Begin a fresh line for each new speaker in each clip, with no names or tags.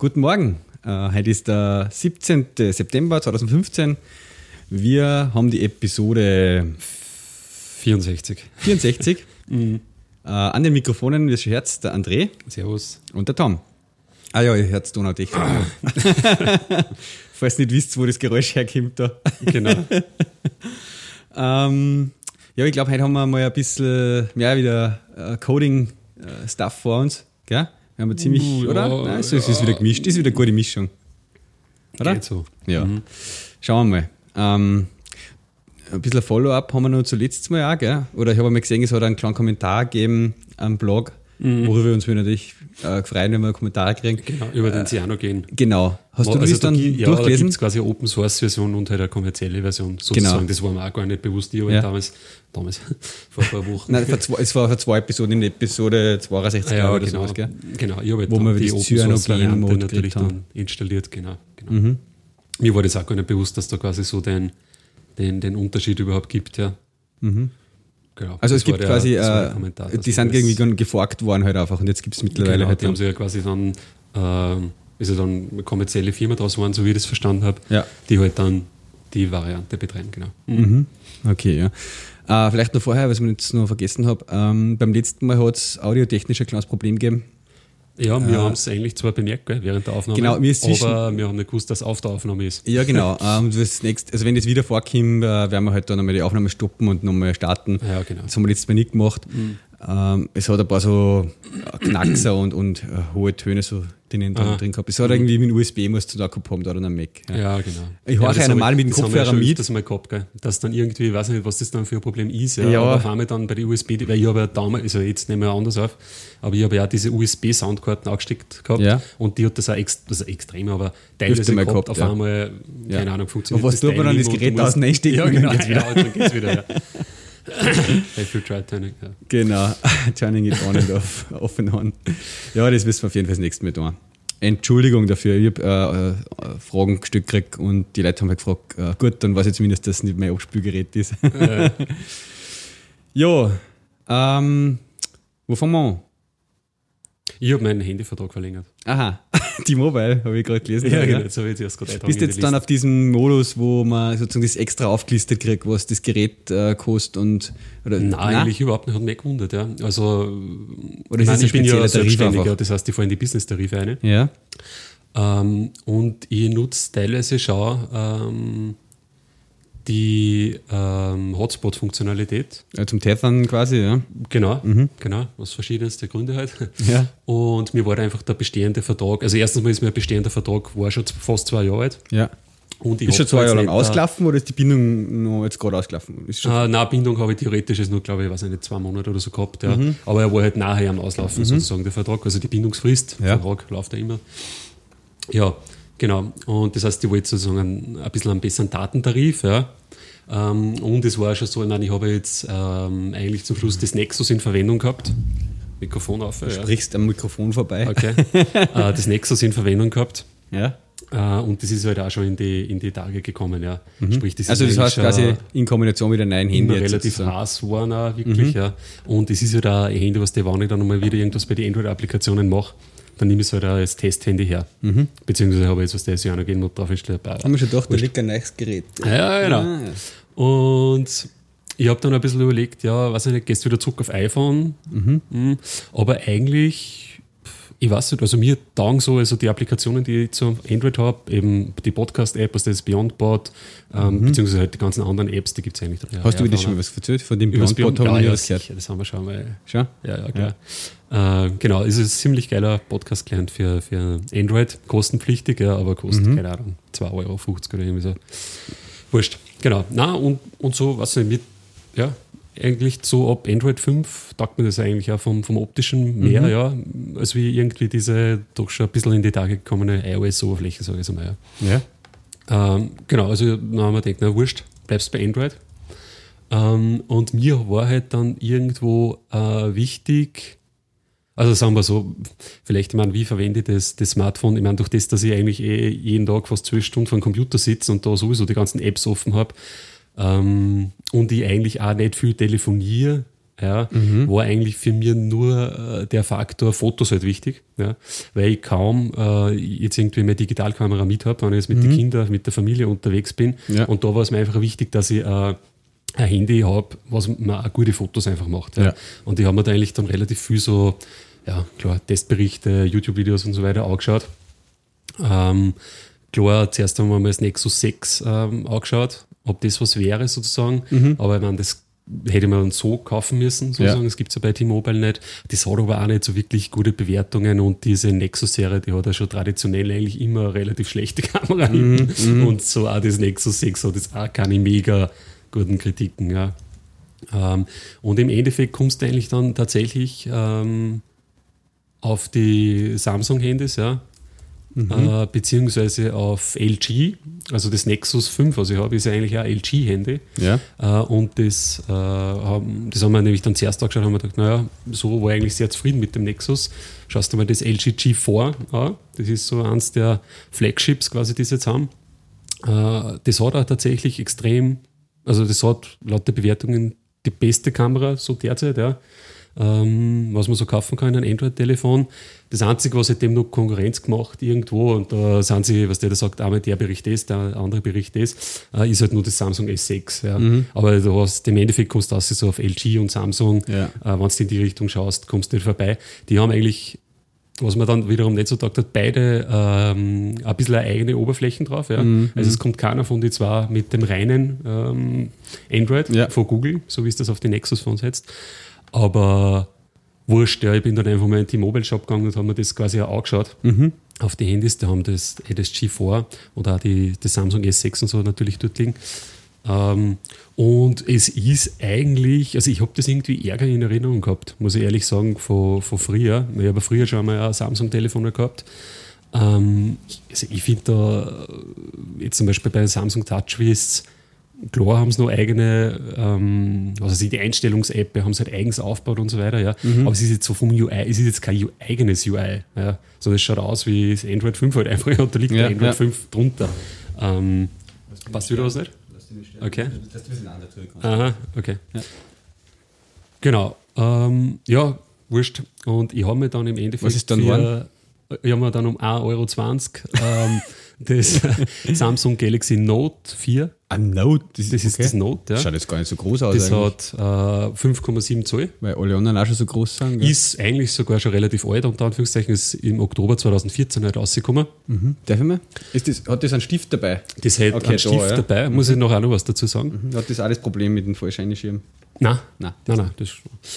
Guten Morgen. Heute ist der 17. September 2015. Wir haben die Episode
64.
An den Mikrofonen, wie es schon hört, der André.
Servus.
Und der Tom. Ah ja, ihr hört Donautechnik. Falls ihr nicht wisst, wo das Geräusch herkommt da.
Genau.
Ja, ich glaube, heute haben wir mal ein bisschen mehr wieder Coding-Stuff vor uns. Gell? Wir haben ziemlich, oder?
Ja,
Nein, es ist wieder gemischt. Das ist wieder eine gute Mischung. Oder?
Geht so.
Ja. Schauen wir mal. Ein bisschen Follow-up haben wir noch zuletzt mal auch, gell? Oder ich habe mal gesehen, es hat einen kleinen Kommentar gegeben am Blog, worüber wir uns natürlich freuen, wenn wir Kommentare kriegen.
Genau, über den Cyanogen.
Genau. Hast du das dann
Ja, da
durchgelesen?
gibt es quasi eine Open-Source-Version und halt eine kommerzielle Version. Sozusagen.
Genau.
Das war mir auch gar nicht bewusst. Ich habe damals, vor ein paar Wochen.
Nein, es war vor 2 Episoden, in Episode 62 oder
genau,
sowas, gell?
Genau, ich habe halt
Wo
dann
wir
die
das
Open-Source-Variante
Cyanogen-Mode
natürlich
gekriegt
dann installiert. Genau. Mir war das auch gar nicht bewusst, dass da quasi so den Unterschied überhaupt gibt, ja. Genau.
Also es gibt quasi,
Kommentar,
die sind irgendwie geforkt worden halt einfach und jetzt gibt es mittlerweile
genau,
halt.
die haben sie ja quasi dann, ist ja dann eine kommerzielle Firma draus geworden, so wie ich das verstanden habe, die halt dann die Variante betreiben, genau.
Okay, ja. Vielleicht noch vorher, was ich jetzt noch vergessen habe, beim letzten Mal hat es audiotechnisch ein kleines Problem gegeben.
Ja, wir haben es eigentlich zwar bemerkt, gell, während der Aufnahme,
genau,
aber wir haben nicht gewusst, dass auf der Aufnahme ist.
Ja, genau. Also wenn das wieder vorkommt, werden wir halt dann einmal die Aufnahme stoppen und nochmal starten.
Ja, genau.
Das haben wir letztes Mal nicht gemacht. Es hat ein paar so Knackser und hohe Töne so drin gehabt. Es hat irgendwie mit dem USB muss zu da gehabt haben, da oder einem Mac.
Ja, genau.
Ich höre ja normal mit dem Kopfhörer mit.
Das mal gehabt, gell? Dass dann irgendwie, ich weiß nicht, was das dann für ein Problem ist, aber auf einmal dann bei der USB, weil ich habe ja damals, also jetzt nehmen wir anders auf, aber ich habe ja auch diese USB-Soundkarten angesteckt gehabt und die hat das auch extrem, aber teilweise gehabt, auf einmal, keine Ahnung, funktioniert
aber was tut man dann das Gerät außen einstecken?
Ja, genau, dann geht's wieder. Ja. If you try turning, ja.
Genau, turning it on and off and on. Ja, das müssen wir auf jeden Fall das nächste Mal tun. Entschuldigung dafür, ich habe Fragen gestellt gekriegt und die Leute haben halt gefragt, gut, dann weiß ich zumindest, dass es nicht mein Abspielgerät ist. Ja, wo fangen wir an?
Ich habe meinen Handyvertrag verlängert.
Aha, die Mobile, habe ich gerade gelesen.
Ja, genau, das habe ich jetzt gerade
Bist jetzt dann auf diesem Modus, wo man sozusagen das extra aufgelistet kriegt, was das Gerät kostet und...
Nein, eigentlich überhaupt nicht, hat mich gewundert, ja. Also,
oder ist
ich bin ja selbstständiger,
einfach?
Das heißt, ich fahre in die Business-Tarife rein.
Ja.
Und ich nutze teilweise schon die Hotspot-Funktionalität.
Ja, zum Tethern quasi, ja.
Genau, aus verschiedensten Gründen halt.
Ja.
Und mir war da einfach der bestehende Vertrag, also erstens mal ist mir ein bestehender Vertrag, war schon fast 2 Jahre alt.
Ja.
Und
ist schon 2 Jahre lang ausgelaufen oder ist die Bindung noch jetzt gerade ausgelaufen?
Nein, Bindung habe ich theoretisch jetzt nur, glaube ich, weiß nicht, 2 Monate oder so gehabt. Ja. Aber er war halt nachher am Auslaufen sozusagen, der Vertrag, also die Bindungsfrist, der Vertrag läuft ja immer. Ja, genau. Und das heißt, ich wollte sozusagen ein bisschen einen besseren Datentarif, ja. Und es war schon so, ich meine, ich habe jetzt eigentlich zum Schluss das Nexus in Verwendung gehabt. Mikrofon auf.
Du sprichst am Mikrofon vorbei.
Okay. Das Nexus in Verwendung gehabt.
Ja.
Und das ist halt auch schon in die Tage gekommen, ja. Sprich, das
also
ist
das heißt quasi in Kombination mit einem neuen Handy.
Relativ heiß waren auch wirklich, ja. Und das ist halt auch ein Handy, wenn ich dann nochmal wieder irgendwas bei den Android-Applikationen mache, dann nehme ich es halt auch als Testhandy her. Beziehungsweise habe ich jetzt was Cyanogen noch drauf installiert.
Haben wir schon gedacht, da liegt ein neues Gerät.
Ja, genau. Und ich habe dann ein bisschen überlegt, ja, weiß ich nicht, gehst du wieder zurück auf iPhone? Aber eigentlich, ich weiß nicht, also mir taugen so, also die Applikationen, die ich zu Android habe, eben die Podcast-App, also das BeyondBot, beziehungsweise halt die ganzen anderen Apps, die gibt es eigentlich.
Hast du wieder schon mal was erzählt? Von dem BeyondBot haben wir nie was gehört.
Das haben wir schon mal.
Schon?
Ja, klar. Genau, es ist ein ziemlich geiler Podcast-Client für Android, kostenpflichtig, ja, aber kostet, keine Ahnung, 2,50 Euro oder irgendwie so. Wurscht. Genau. Na und so, was nicht, eigentlich so ab Android 5 taugt mir das eigentlich auch vom Optischen mehr, ja, als wie irgendwie diese doch schon ein bisschen in die Tage gekommene iOS-Oberfläche, sage ich so mal. Ja. Genau, also dann haben wir gedacht, na wurscht, bleibst bei Android. Und mir war halt dann irgendwo wichtig, also sagen wir so, vielleicht, ich meine, wie verwende ich das Smartphone? Ich meine, durch das, dass ich eigentlich jeden Tag fast 12 Stunden vor dem Computer sitze und da sowieso die ganzen Apps offen habe und ich eigentlich auch nicht viel telefoniere, ja, war eigentlich für mich nur der Faktor Fotos halt wichtig, ja, weil ich kaum jetzt irgendwie meine Digitalkamera mit habe, wenn ich jetzt mit den Kindern, mit der Familie unterwegs bin. Ja. Und da war es mir einfach wichtig, dass ich ein Handy habe, was mir auch gute Fotos einfach macht. Ja. Ja. Und ich habe mir da eigentlich dann relativ viel so, ja klar, Testberichte, YouTube-Videos und so weiter angeschaut. Klar, zuerst haben wir mal das Nexus 6 angeschaut, ob das was wäre sozusagen, aber ich meine, das hätte man dann so kaufen müssen, sozusagen. Das gibt es ja bei T-Mobile nicht. Das hat aber auch nicht so wirklich gute Bewertungen und diese Nexus-Serie, die hat ja schon traditionell eigentlich immer eine relativ schlechte Kamera hinten und so auch das Nexus 6 hat jetzt auch keine mega guten Kritiken, ja. Und im Endeffekt kommst du eigentlich dann tatsächlich auf die Samsung-Handys, ja, beziehungsweise auf LG, also das Nexus 5, was ich habe, ist ja eigentlich auch ein LG-Handy. Ja. Und das haben wir nämlich dann zuerst angeschaut und haben wir gedacht, naja, so war ich eigentlich sehr zufrieden mit dem Nexus. Schaust du mal das LG G4 an, das ist so eins der Flagships quasi, die sie jetzt haben. Das hat auch tatsächlich extrem, also das hat laut der Bewertungen die beste Kamera so derzeit, ja. Was man so kaufen kann, ein Android-Telefon. Das Einzige, was hat dem noch Konkurrenz gemacht irgendwo, und da sind sie, was der sagt, einmal der Bericht ist, der andere Bericht ist halt nur das Samsung S6. Ja. Aber du hast, im Endeffekt kommst du so auf LG und Samsung, wenn du in die Richtung schaust, kommst du nicht vorbei. Die haben eigentlich, was man dann wiederum nicht so gesagt hat, beide ein bisschen eigene Oberflächen drauf. Ja. Also es kommt keiner von den zwei mit dem reinen Android von Google, so wie es das auf die Nexus-Phones setzt. Aber wurscht, ja, ich bin dann einfach mal in den T-Mobile-Shop gegangen und habe mir das quasi auch angeschaut. Auf die Handys, da haben das G4 oder auch das Samsung S6 und so natürlich dort liegen. Und es ist eigentlich, also ich habe das irgendwie Ärger in Erinnerung gehabt, muss ich ehrlich sagen, von früher. Ich habe früher schon mal ein Samsung-Telefon gehabt. Also ich finde da, jetzt zum Beispiel bei Samsung TouchWiz, klar haben sie noch eigene, die Einstellungs-App, haben sie halt eigens aufgebaut und so weiter, ja. Aber es ist jetzt so vom UI, es ist jetzt kein eigenes UI, ja. Sondern es schaut aus wie das Android 5 halt einfach, und da liegt der Android 5 drunter. Passt wieder was nicht? Okay. Dass du ein bisschen anders drücken kannst. Aha, okay. Ja. Genau. Ja, wurscht. Und ich habe mir dann im Endeffekt.
Was ist dann geworden?
Ich habe mir dann um 1,20 € das Samsung Galaxy Note 4.
Ein Note?
Das ist das Note, ja.
Schaut jetzt gar nicht so groß aus.
Das eigentlich hat 5,7 Zoll.
Weil alle anderen auch schon so groß sind. Gell?
Ist eigentlich sogar schon relativ alt, unter Anführungszeichen, ist im Oktober 2014 halt rausgekommen.
Darf ich mal? Hat das einen Stift dabei?
Das hat einen Stift dabei, muss ich nachher auch noch was dazu sagen.
Hat das auch das Problem mit dem Fallschirm?
Nein. Das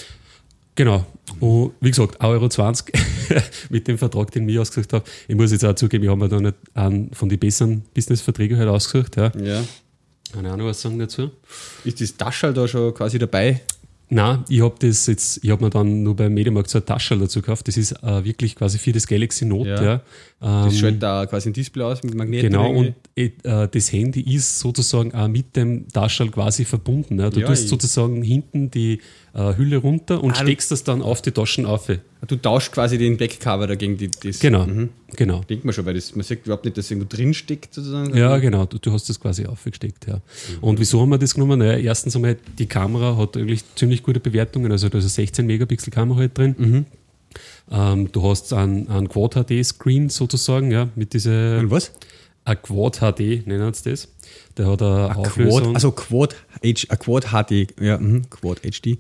genau. Und wie gesagt, 1,20 € mit dem Vertrag, den ich ausgesucht habe. Ich muss jetzt auch zugeben, ich habe mir da nicht einen von den besseren Business-Verträgen halt ausgesucht. Ja. Kann ich auch noch was sagen dazu?
Ist das Taschel da schon quasi dabei?
Nein, ich habe mir dann nur beim Mediamarkt so ein Taschel dazu gekauft. Das ist wirklich quasi für das Galaxy Note. Ja.
Das schaltet da quasi ein Display aus mit Magneten.
Genau, und das Handy ist sozusagen auch mit dem Taschel quasi verbunden. Ja. Du tust sozusagen hinten die Hülle runter und steckst das dann auf die Taschen auf.
Du tauschst quasi den Backcover dagegen das.
Genau, genau.
Denkt man schon, weil man sieht überhaupt nicht, dass es irgendwo drin steckt sozusagen.
Ja, genau, du hast das quasi aufgesteckt, ja. Und wieso haben wir das genommen? Naja, erstens einmal, die Kamera hat eigentlich ziemlich gute Bewertungen, also da ist eine 16 Megapixel Kamera halt drin. Du hast einen Quad-HD-Screen sozusagen, ja, mit diese...
Und was?
Ein Quad-HD, nennen sie das. Der hat eine Auflösung...
Quad HD, ja, Quad HD.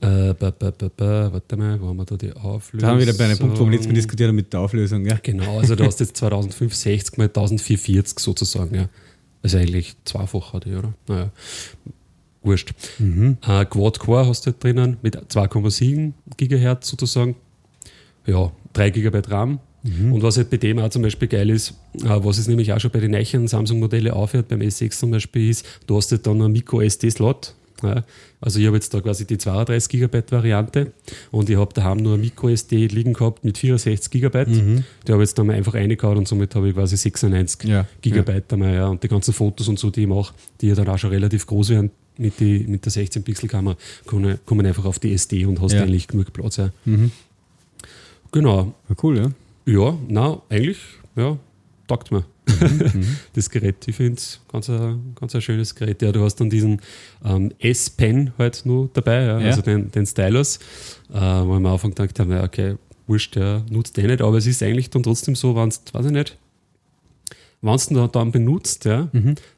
Warte mal, wo haben wir da die Auflösung?
Da haben wir wieder bei einem Punkt, wo wir letztes Mal diskutiert haben mit der Auflösung, ja.
Genau, also du hast jetzt 2560 x 1440 sozusagen, ja. Also eigentlich zweifach HD, oder? Naja, wurscht. Quad-Core hast du halt drinnen mit 2,7 GHz sozusagen. Ja, 3 GB RAM. Und was halt bei dem auch zum Beispiel geil ist, was es nämlich auch schon bei den neuen Samsung-Modellen aufhört, beim S6 zum Beispiel ist, du hast halt dann einen Micro-SD-Slot. Ja. Also ich habe jetzt da quasi die 32 GB Variante und ich habe daheim nur ein Micro-SD liegen gehabt mit 64 GB. Die habe ich jetzt dann mal einfach reingehauen und somit habe ich quasi 96 GB einmal, ja. Und die ganzen Fotos und so, die ich mache, die ja dann auch schon relativ groß werden mit der 16-Pixel-Kamera, kommen einfach auf die SD und hast eigentlich genug Platz. Ja. Genau.
Ja, cool, ja.
Ja, eigentlich, ja, taugt mir. Das Gerät, ich finde es ganz ein schönes Gerät. Ja, du hast dann diesen S-Pen halt nur dabei, ja. Also den Stylus, wo ich am Anfang gedacht habe, okay, wurscht, der nutzt nicht, aber es ist eigentlich dann trotzdem so, wenn es, weiß ich nicht, wenn es dann benutzt, ja,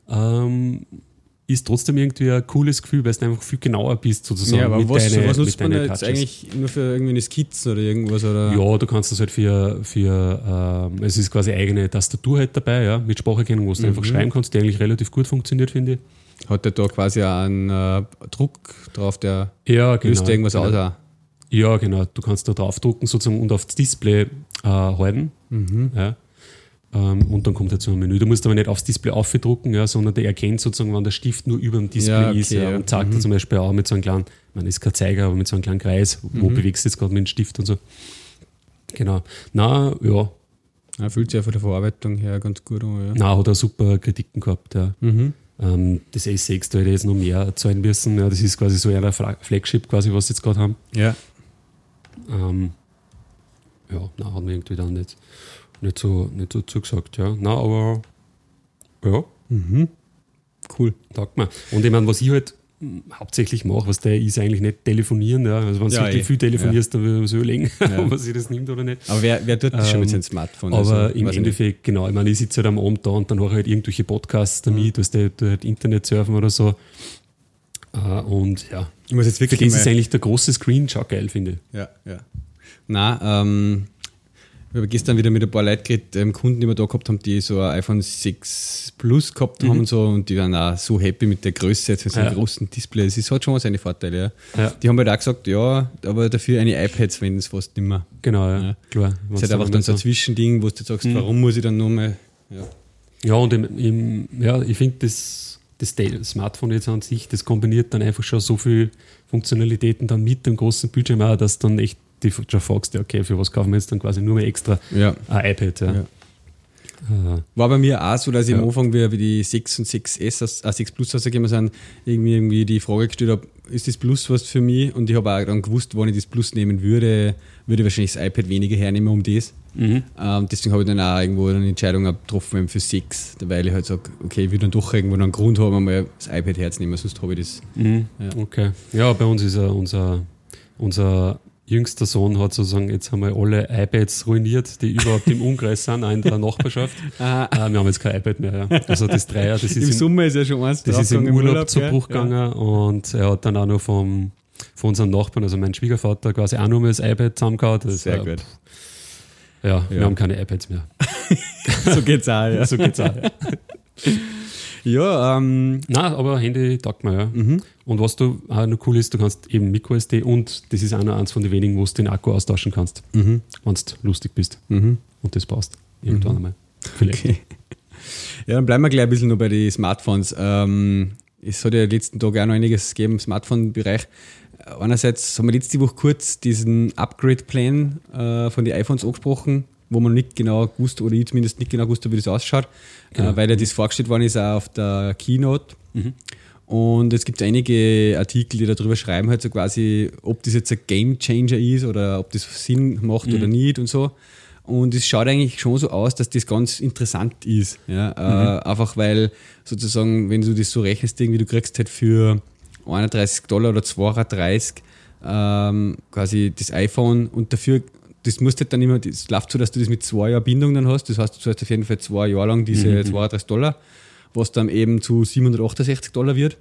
ist trotzdem irgendwie ein cooles Gefühl, weil du einfach viel genauer bist, sozusagen.
Ja, aber
mit
was nutzt man jetzt
Touches.
eigentlich nur für irgendwie eine Skizze oder irgendwas? Oder?
Ja, du kannst das halt es ist quasi eigene Tastatur halt dabei, ja, mit Spracherkennung, wo du einfach schreiben kannst, die eigentlich relativ gut funktioniert, finde ich.
Hat der da quasi auch einen Druck drauf, der
Ja,
löst irgendwas aus? Auch?
Ja, genau. Du kannst da draufdrucken sozusagen und auf das Display halten. Ja. Und dann kommt halt so ein Menü. Du musst aber nicht aufs Display aufdrucken, ja, sondern der erkennt sozusagen, wenn der Stift nur über dem Display ist. Ja, und zeigt dir zum Beispiel auch mit so einem kleinen, man ist kein Zeiger, aber mit so einem kleinen Kreis, wo bewegst du jetzt gerade mit dem Stift und so. Genau. Na, ja.
Ja, fühlt sich ja von der Verarbeitung her ganz gut an. Ja.
Na, hat auch super Kritiken gehabt, ja. Das S6, da hätte ich jetzt noch mehr zahlen müssen. Ja, das ist quasi so ein Flagship, quasi, was sie jetzt gerade haben.
Ja.
Ja, hat mir irgendwie dann nicht so zugesagt, ja. Na, aber ja.
Cool.
Taugt mir. Und ich meine, was ich halt hauptsächlich mache, was der ist eigentlich nicht telefonieren, ja. Also wenn du wirklich viel telefonierst, dann würde man so überlegen, ob man sich das nimmt oder nicht.
Aber wer tut das schon mit seinem Smartphone?
Aber
also,
im Endeffekt, genau, ich meine, ich sitze halt am Abend da und dann höre ich halt irgendwelche Podcasts damit, du halt Internet surfen oder so. Und ja,
ich muss jetzt wirklich
für das ist eigentlich der große Screen schon geil, finde ich.
Ja. Nein, ich habe gestern wieder mit ein paar Leuten geredet, Kunden, die wir da gehabt haben, die so ein iPhone 6 Plus gehabt haben und so, und die waren auch so happy mit der Größe jetzt mit so einem großen Display. Es hat schon seine Vorteile, ja. Die haben halt auch gesagt, ja, aber dafür eine iPads verwenden es fast nicht mehr.
Genau, ja. Klar.
Es ist halt einfach dann so ein Zwischending, wo du sagst, warum muss ich dann nochmal.
Ja, und ich finde das Smartphone jetzt an sich, das kombiniert dann einfach schon so viele Funktionalitäten dann mit dem großen Bildschirm auch, dass dann echt die schon fragst, ja, okay, für was kaufen wir jetzt dann quasi nur mehr extra ein iPad. Ja.
War bei mir auch so, dass ich am Anfang, wie die 6 und 6S, 6 Plus rausgekommen sind, irgendwie die Frage gestellt habe, ist das Plus was für mich? Und ich habe auch dann gewusst, wenn ich das Plus nehmen würde ich wahrscheinlich das iPad weniger hernehmen um das. Deswegen habe ich dann auch irgendwo eine Entscheidung getroffen für 6, weil ich halt sage, okay, ich will dann doch irgendwo einen Grund haben, einmal das iPad herzunehmen, sonst habe ich das.
Okay. Ja, bei uns ist unser jüngster Sohn hat sozusagen, jetzt haben wir alle iPads ruiniert, die überhaupt im Umkreis sind, auch in der Nachbarschaft. Wir haben jetzt kein iPad mehr. Ja. Also das Dreier, das ist
im Sommer ist ja schon eins.
Das ist im Urlaub zu Bruch gegangen und er hat dann auch noch von unserem Nachbarn, also mein Schwiegervater, quasi auch noch mal das iPad zusammengehauen.
Sehr gut.
Ja, wir haben keine iPads mehr.
So geht's auch, ja.
So geht's auch, ja.
Ja,
nein, aber Handy taugt mir, ja. Und was du auch noch cool ist, du kannst eben MicroSD und das ist auch noch eins von den wenigen, wo du den Akku austauschen kannst, wenn du lustig bist und das passt. Irgendwann einmal. Vielleicht.
Okay. Ja, dann bleiben wir gleich ein bisschen noch bei den Smartphones. Es hat ja letzten Tag auch noch einiges gegeben im Smartphone-Bereich. Einerseits haben wir letzte Woche kurz diesen Upgrade-Plan von den iPhones angesprochen, wo man nicht genau gewusst, oder ich zumindest nicht genau gewusst habe, wie das ausschaut, weil ja das vorgestellt worden ist auch auf der Keynote. Und es gibt einige Artikel, die darüber schreiben, halt so quasi, ob das jetzt ein Game-Changer ist oder ob das Sinn macht oder nicht und so. Und es schaut eigentlich schon so aus, dass das ganz interessant ist. Ja? Einfach weil sozusagen, wenn du das so rechnest, irgendwie, du kriegst halt für $31 oder $32 quasi das iPhone und dafür, das musst halt dann immer, das läuft so, dass du das mit 2 Jahren Bindung dann hast. Das heißt, du zahlst auf jeden Fall 2 Jahre lang diese $32, was dann eben zu $768 wird.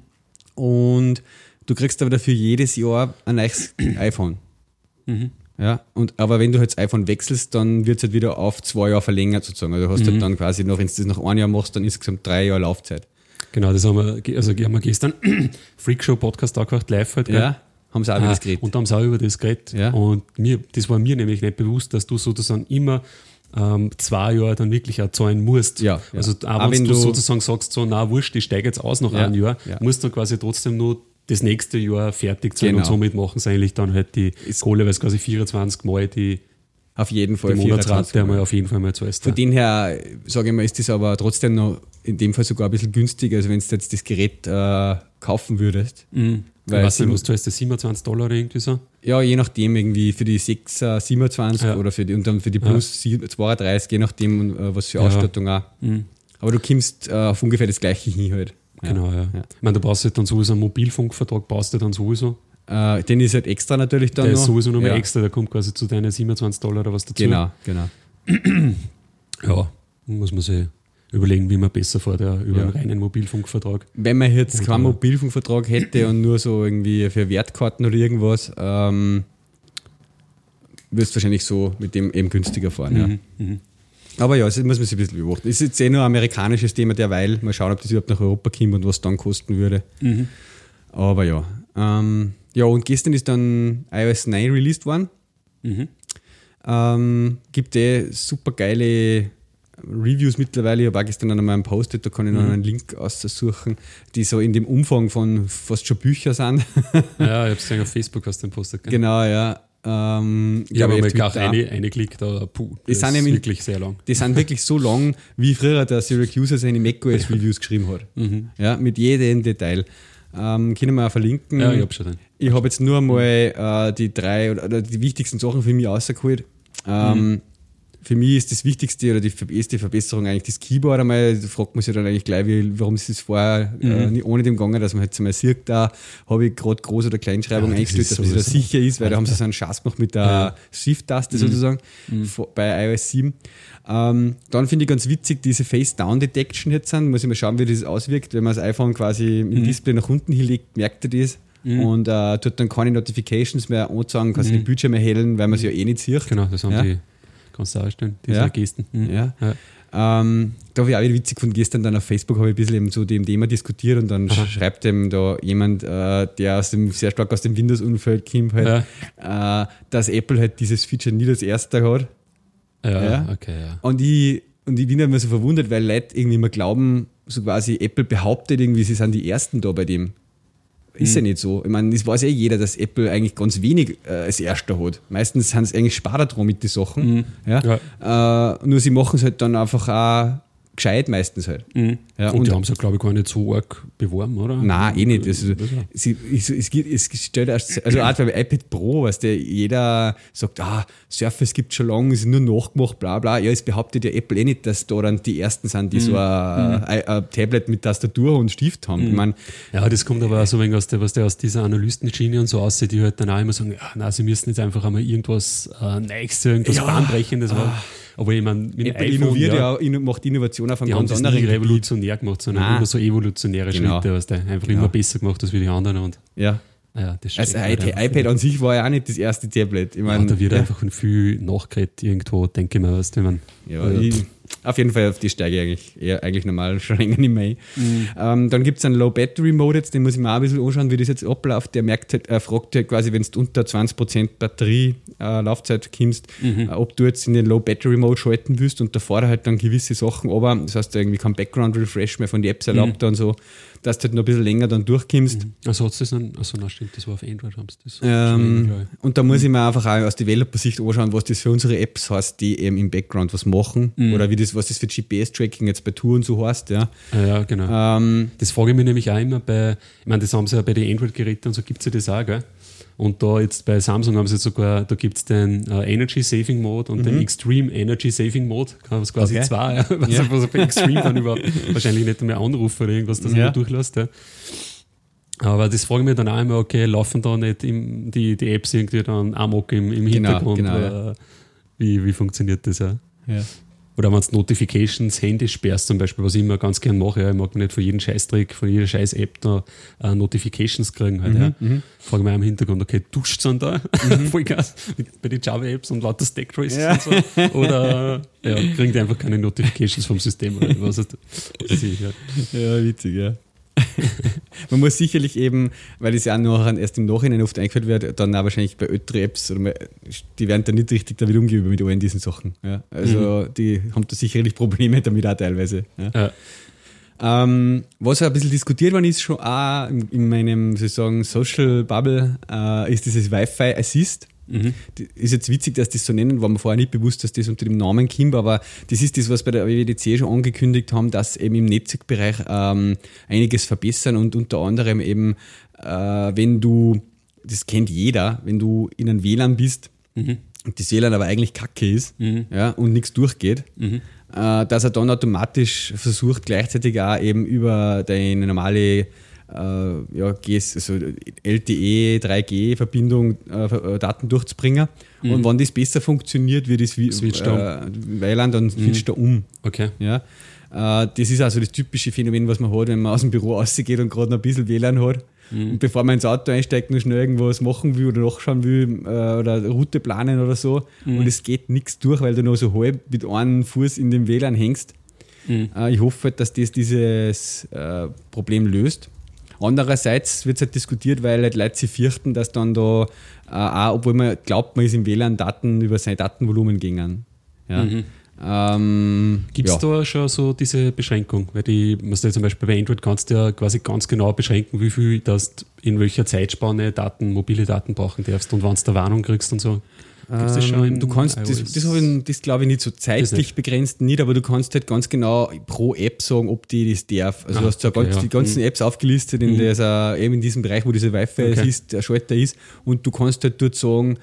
Und du kriegst aber dafür jedes Jahr ein neues iPhone. Ja, aber wenn du halt das iPhone wechselst, dann wird es halt wieder auf 2 Jahre verlängert sozusagen. Also du hast halt dann quasi noch, wenn du das nach 1 Jahr machst, dann insgesamt 3 Jahre Laufzeit.
Genau, das haben wir gestern Freakshow-Podcast auch gemacht, live halt. Gell?
Ja, haben sie auch über das geredet.
Und da haben sie auch über das geredet. Ja. Und das war mir nämlich nicht bewusst, dass du sozusagen immer 2 Jahre dann wirklich auch zahlen musst.
Ja.
Also auch wenn du sozusagen sagst, so, na wurscht, ich steige jetzt aus nach einem Jahr, musst du dann quasi trotzdem nur das nächste Jahr fertig sein und somit machen sie eigentlich dann halt die Kohle, weil es quasi 24 Mal die
auf jeden Fall
die Monatsrate einmal auf jeden Fall mal zahlst.
Von dem her, sage ich mal, ist das aber trotzdem noch in dem Fall sogar ein bisschen günstiger, als wenn du jetzt das Gerät kaufen würdest.
Weil was zahlst du, $27 oder irgendwie so?
Ja, je nachdem, irgendwie für die 6 27 oder und dann für die Plus 32, je nachdem, was für Ausstattung auch. Aber du kommst auf ungefähr das Gleiche hin halt.
Genau, ja. Ich meine, du brauchst halt dann sowieso einen Mobilfunkvertrag, brauchst du dann sowieso.
Den ist halt extra natürlich dann
der
noch.
Der ist sowieso noch mal extra, der kommt quasi zu deinen $27 oder was dazu.
Genau.
Ja, muss man sich überlegen, wie man besser fährt, über einen reinen Mobilfunkvertrag.
Wenn man jetzt keinen Mobilfunkvertrag hätte und nur so irgendwie für Wertkarten oder irgendwas, wirst du wahrscheinlich so mit dem eben günstiger fahren. Aber ja, das muss man sich ein bisschen beobachten. Es ist jetzt nur ein amerikanisches Thema derweil. Mal schauen, ob das überhaupt nach Europa kommt und was dann kosten würde. Aber ja. Ja, und gestern ist dann iOS 9 released worden. Gibt super geile Reviews mittlerweile. Ich habe auch gestern an meinem Post-it, da kann ich noch einen Link aussuchen, die so in dem Umfang von fast schon Bücher sind.
Ja, ich habe es gesehen, auf Facebook hast du den postet.
Genau, ja.
Ich habe mal gar reingeklickt, aber das ist wirklich sehr lang.
Die sind wirklich so lang, wie früher der Syracuse seine macOS-Reviews geschrieben hat. Ja, mit jedem Detail. Können wir auch verlinken.
Ja, ich habe schon den.
Ich habe jetzt nur mal die 3 oder die wichtigsten Sachen für mich rausgeholt. Für mich ist das Wichtigste oder die erste Verbesserung eigentlich das Keyboard einmal. Da fragt man sich dann eigentlich gleich, warum ist das vorher nicht ohne dem gegangen, dass man halt einmal sieht, da habe ich gerade Groß- oder Kleinschreibung eingestellt, dass man sich da sicher ist, weil da haben sie so einen Schatz gemacht mit der Shift-Taste sozusagen bei iOS 7. Dann finde ich ganz witzig, diese Face-Down-Detection jetzt sind. Muss ich mal schauen, wie das auswirkt. Wenn man das iPhone quasi im Display nach unten hinlegt, merkt er das. Und tut dann keine Notifications mehr anzeigen, kann sich den Bildschirm erhellen, weil man es ja eh nicht sieht.
Genau, das haben die, kannst du ausstellen, diese Gesten.
Da habe ich auch wieder witzig von gestern dann auf Facebook, habe ich ein bisschen eben zu dem Thema diskutiert und dann schreibt ihm da jemand, der sehr stark aus dem Windows-Umfeld kommt, halt, dass Apple halt dieses Feature nie das erste hat. Und ich bin immer so verwundert, weil Leute irgendwie immer glauben, so quasi Apple behauptet irgendwie, sie sind die Ersten da bei dem. Ist ja nicht so. Ich meine, es weiß jeder, dass Apple eigentlich ganz wenig als Erster hat. Meistens sind es eigentlich Sparer dran mit den Sachen. Nur sie machen es halt dann einfach auch gescheit meistens halt.
Ja, und die haben es ja, glaube ich, gar nicht so arg beworben, oder?
Nein, eh nicht. Also, es stellt erst, also auch beim iPad Pro, weißt du, jeder sagt, Surface gibt es schon lange, es ist nur nachgemacht, bla bla. Ja, es behauptet ja Apple eh nicht, dass da dann die Ersten sind, die so ein Tablet mit Tastatur und Stift haben. Ich mein,
ja, das kommt aber auch so ein wenig aus dieser Analystenschiene und so aussieht, die halt dann auch immer sagen, sie müssen jetzt einfach einmal irgendwas Neues, irgendwas Bahnbrechendes machen. Aber ich meine, mit
Apple innoviert macht Innovation auf einem ganz anderen
Gebiet. Die haben das nie revolutionär gemacht, sondern immer so evolutionäre Schritte, was der einfach immer besser gemacht als wie die anderen. Und das
also iPad an sich war ja auch nicht das erste Tablet. Ich mein,
da wird einfach viel nachgeredet irgendwo, denke ich mir, was man.
Auf jeden Fall auf die steige ich eigentlich normal schon länger nicht mehr ein. Dann gibt es einen Low Battery Mode jetzt, den muss ich mir auch ein bisschen anschauen, wie das jetzt abläuft. Der merkt halt, fragt halt quasi, wenn du unter 20% Batterie Laufzeit kommst, ob du jetzt in den Low Battery Mode schalten willst und da fährt halt dann gewisse Sachen, aber das heißt, da irgendwie kein Background Refresh mehr von den Apps erlaubt und so, dass du halt noch ein bisschen länger dann durchkommst.
Also hat es das dann, stimmt, das war auf Android, haben sie das.
Und da muss ich mir einfach auch aus Developer-Sicht anschauen, was das für unsere Apps heißt, die eben im Background was machen oder was das für GPS-Tracking jetzt bei Tour und so heißt. Ja,
genau. Das frage ich mich nämlich auch immer ich meine, das haben sie ja bei den Android-Geräten und so gibt es ja das auch, gell? Und da jetzt bei Samsung haben sie jetzt sogar, da gibt es den Energy Saving Mode und den Extreme Energy Saving Mode, was quasi zwei, was bei Extreme dann überhaupt wahrscheinlich nicht mehr anrufen oder irgendwas, das man durchlässt. Ja. Aber das frage ich mich dann auch immer, okay, laufen da nicht die Apps irgendwie dann amok im Hintergrund? Genau, wie funktioniert das? Ja. Oder wenn du Notifications händisch sperrst zum Beispiel, was ich immer ganz gern mache, ich mag nicht von jedem Scheißtrick, von jeder Scheiß-App da Notifications kriegen. Halt, frage mich auch im Hintergrund, okay, duscht es dann da? Vollgas bei den Java-Apps und lauter Stack-Traces und so? Oder kriegen die einfach keine Notifications vom System? Oder was
ja, witzig, ja. Man muss sicherlich eben, weil es ja auch erst im Nachhinein oft eingeführt wird, dann auch wahrscheinlich bei älteren Apps, die werden dann nicht richtig damit umgehen mit all diesen Sachen. Ja. Also die haben da sicherlich Probleme damit auch teilweise. Ja. Was ein bisschen diskutiert worden ist, schon auch in meinem sozusagen Social Bubble, ist dieses Wi-Fi Assist. Ist jetzt witzig, dass das so nennen, war mir vorher nicht bewusst, dass das unter dem Namen kommt, aber das ist das, was bei der WWDC schon angekündigt haben, dass eben im Netzwerkbereich einiges verbessern und unter anderem eben, wenn du, das kennt jeder, wenn du in einem WLAN bist und das WLAN aber eigentlich kacke ist ja, und nichts durchgeht, dass er dann automatisch versucht, gleichzeitig auch eben über deine normale also LTE, 3G-Verbindung Daten durchzubringen. Und wenn das besser funktioniert, wird das WLAN, dann switcht er um.
Okay.
Ja? Das ist also das typische Phänomen, was man hat, wenn man aus dem Büro rausgeht und gerade noch ein bisschen WLAN hat. Und bevor man ins Auto einsteigt, noch schnell irgendwas machen will oder nachschauen will oder Route planen oder so. Und es geht nichts durch, weil du noch so halb mit einem Fuß in dem WLAN hängst. Ich hoffe halt, dass das dieses Problem löst. Andererseits wird es halt diskutiert, weil halt Leute sich fürchten, dass dann da auch, obwohl man glaubt, man ist im WLAN, Daten über sein Datenvolumen gingen. Ja.
Gibt es da schon so diese Beschränkung? Weil was du zum Beispiel bei Android kannst du ja quasi ganz genau beschränken, wie viel das in welcher Zeitspanne mobile Daten brauchen darfst und wann du da Warnung kriegst und so.
Das du kannst, das glaube ich nicht so zeitlich begrenzt, nicht, aber du kannst halt ganz genau pro App sagen, ob die das darf. Also du hast so die ganzen Apps aufgelistet, in der eben in diesem Bereich, wo diese Wi-Fi ist, der Schalter ist, und du kannst halt dort sagen,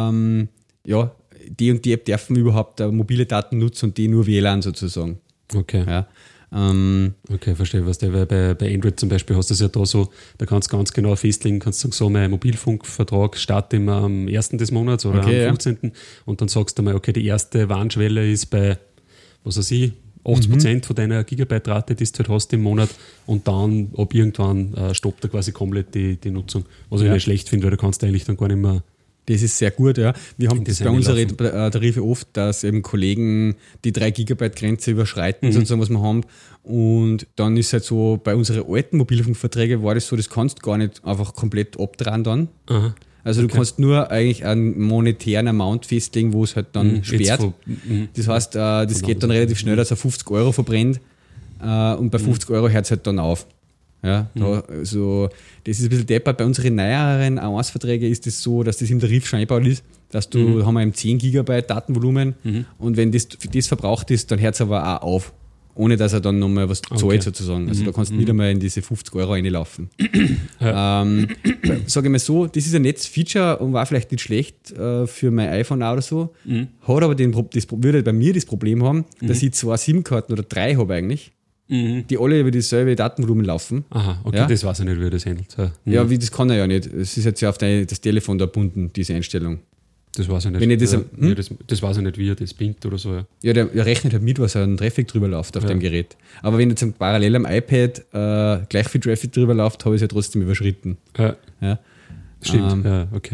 die und die App dürfen überhaupt mobile Daten nutzen und die nur WLAN sozusagen.
Okay.
Ja.
Okay, verstehe, was der, weil bei Android zum Beispiel hast du es ja da so, da kannst du ganz genau festlegen, kannst sagen, so mein Mobilfunkvertrag startet immer am 1. des Monats oder am 15. Und dann sagst du mal, okay, die erste Warnschwelle ist bei, was weiß ich, 80% von deiner Gigabyte-Rate, die du halt hast im Monat, und dann ab irgendwann stoppt er quasi komplett die Nutzung. Was ich nicht schlecht finde, weil du kannst eigentlich dann gar nicht mehr.
Das ist sehr gut, ja. Wir haben das bei unseren Tarife oft, dass eben Kollegen die 3 Gigabyte Grenze überschreiten, sozusagen, was wir haben. Und dann ist halt so, bei unseren alten Mobilfunkverträgen war das so, das kannst du gar nicht einfach komplett abdrehen dann.
Aha.
Also du kannst nur eigentlich einen monetären Amount festlegen, wo es halt dann sperrt. Das heißt, das geht dann relativ schnell, dass er 50 Euro verbrennt. Und bei 50 Euro hört es halt dann auf. Ja, also das ist ein bisschen deppert. Bei unseren neueren A1-Verträgen ist es das so, dass das im Tarif schon eingebaut ist, dass du haben wir eben 10 Gigabyte Datenvolumen und wenn das verbraucht ist, dann hört es aber auch auf, ohne dass er dann nochmal was zahlt sozusagen. Also da kannst du wieder mal in diese 50 Euro reinlaufen. Sage ich mal so, das ist ein nettes Feature und war vielleicht nicht schlecht für mein iPhone auch oder so, hat aber würde bei mir das Problem haben, dass ich 2 SIM-Karten oder 3 habe eigentlich, die alle über dieselbe Datenvolumen laufen.
Aha, okay,
ja?
Das weiß ich nicht, wie das handelt.
Ja, das kann er ja nicht. Es ist jetzt ja auf das Telefon da gebunden, diese Einstellung.
Das weiß ich nicht.
Wenn ich
das weiß ich nicht, wie er das bindet oder so.
Ja, der rechnet halt mit, was ein Traffic drüber läuft auf dem Gerät. Aber wenn jetzt parallel am iPad gleich viel Traffic drüber läuft, habe ich es ja trotzdem überschritten. Ja.
Stimmt, okay.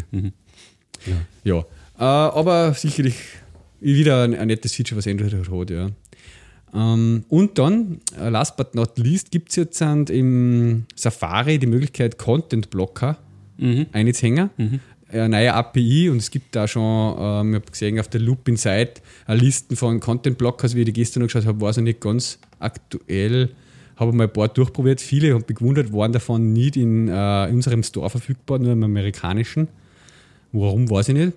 Ja, aber sicherlich wieder ein nettes Feature, was Android hat, ja. Und dann, last but not least, gibt es jetzt im Safari die Möglichkeit, Content-Blocker einzuhängen. Eine neue API, und es gibt da schon, ich habe gesehen, auf der Loop Inside Listen von Content-Blockers, wie ich die gestern noch geschaut habe, war es noch nicht ganz aktuell. Habe mal ein paar durchprobiert. Viele haben mich gewundert, waren davon nicht in unserem Store verfügbar, nur im amerikanischen. Warum, weiß ich nicht.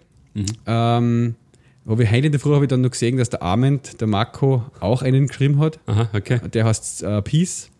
Aber heute in der Früh habe ich dann noch gesehen, dass der Armand, der Marco, auch einen geschrieben hat.
Aha, okay.
Der heißt Peace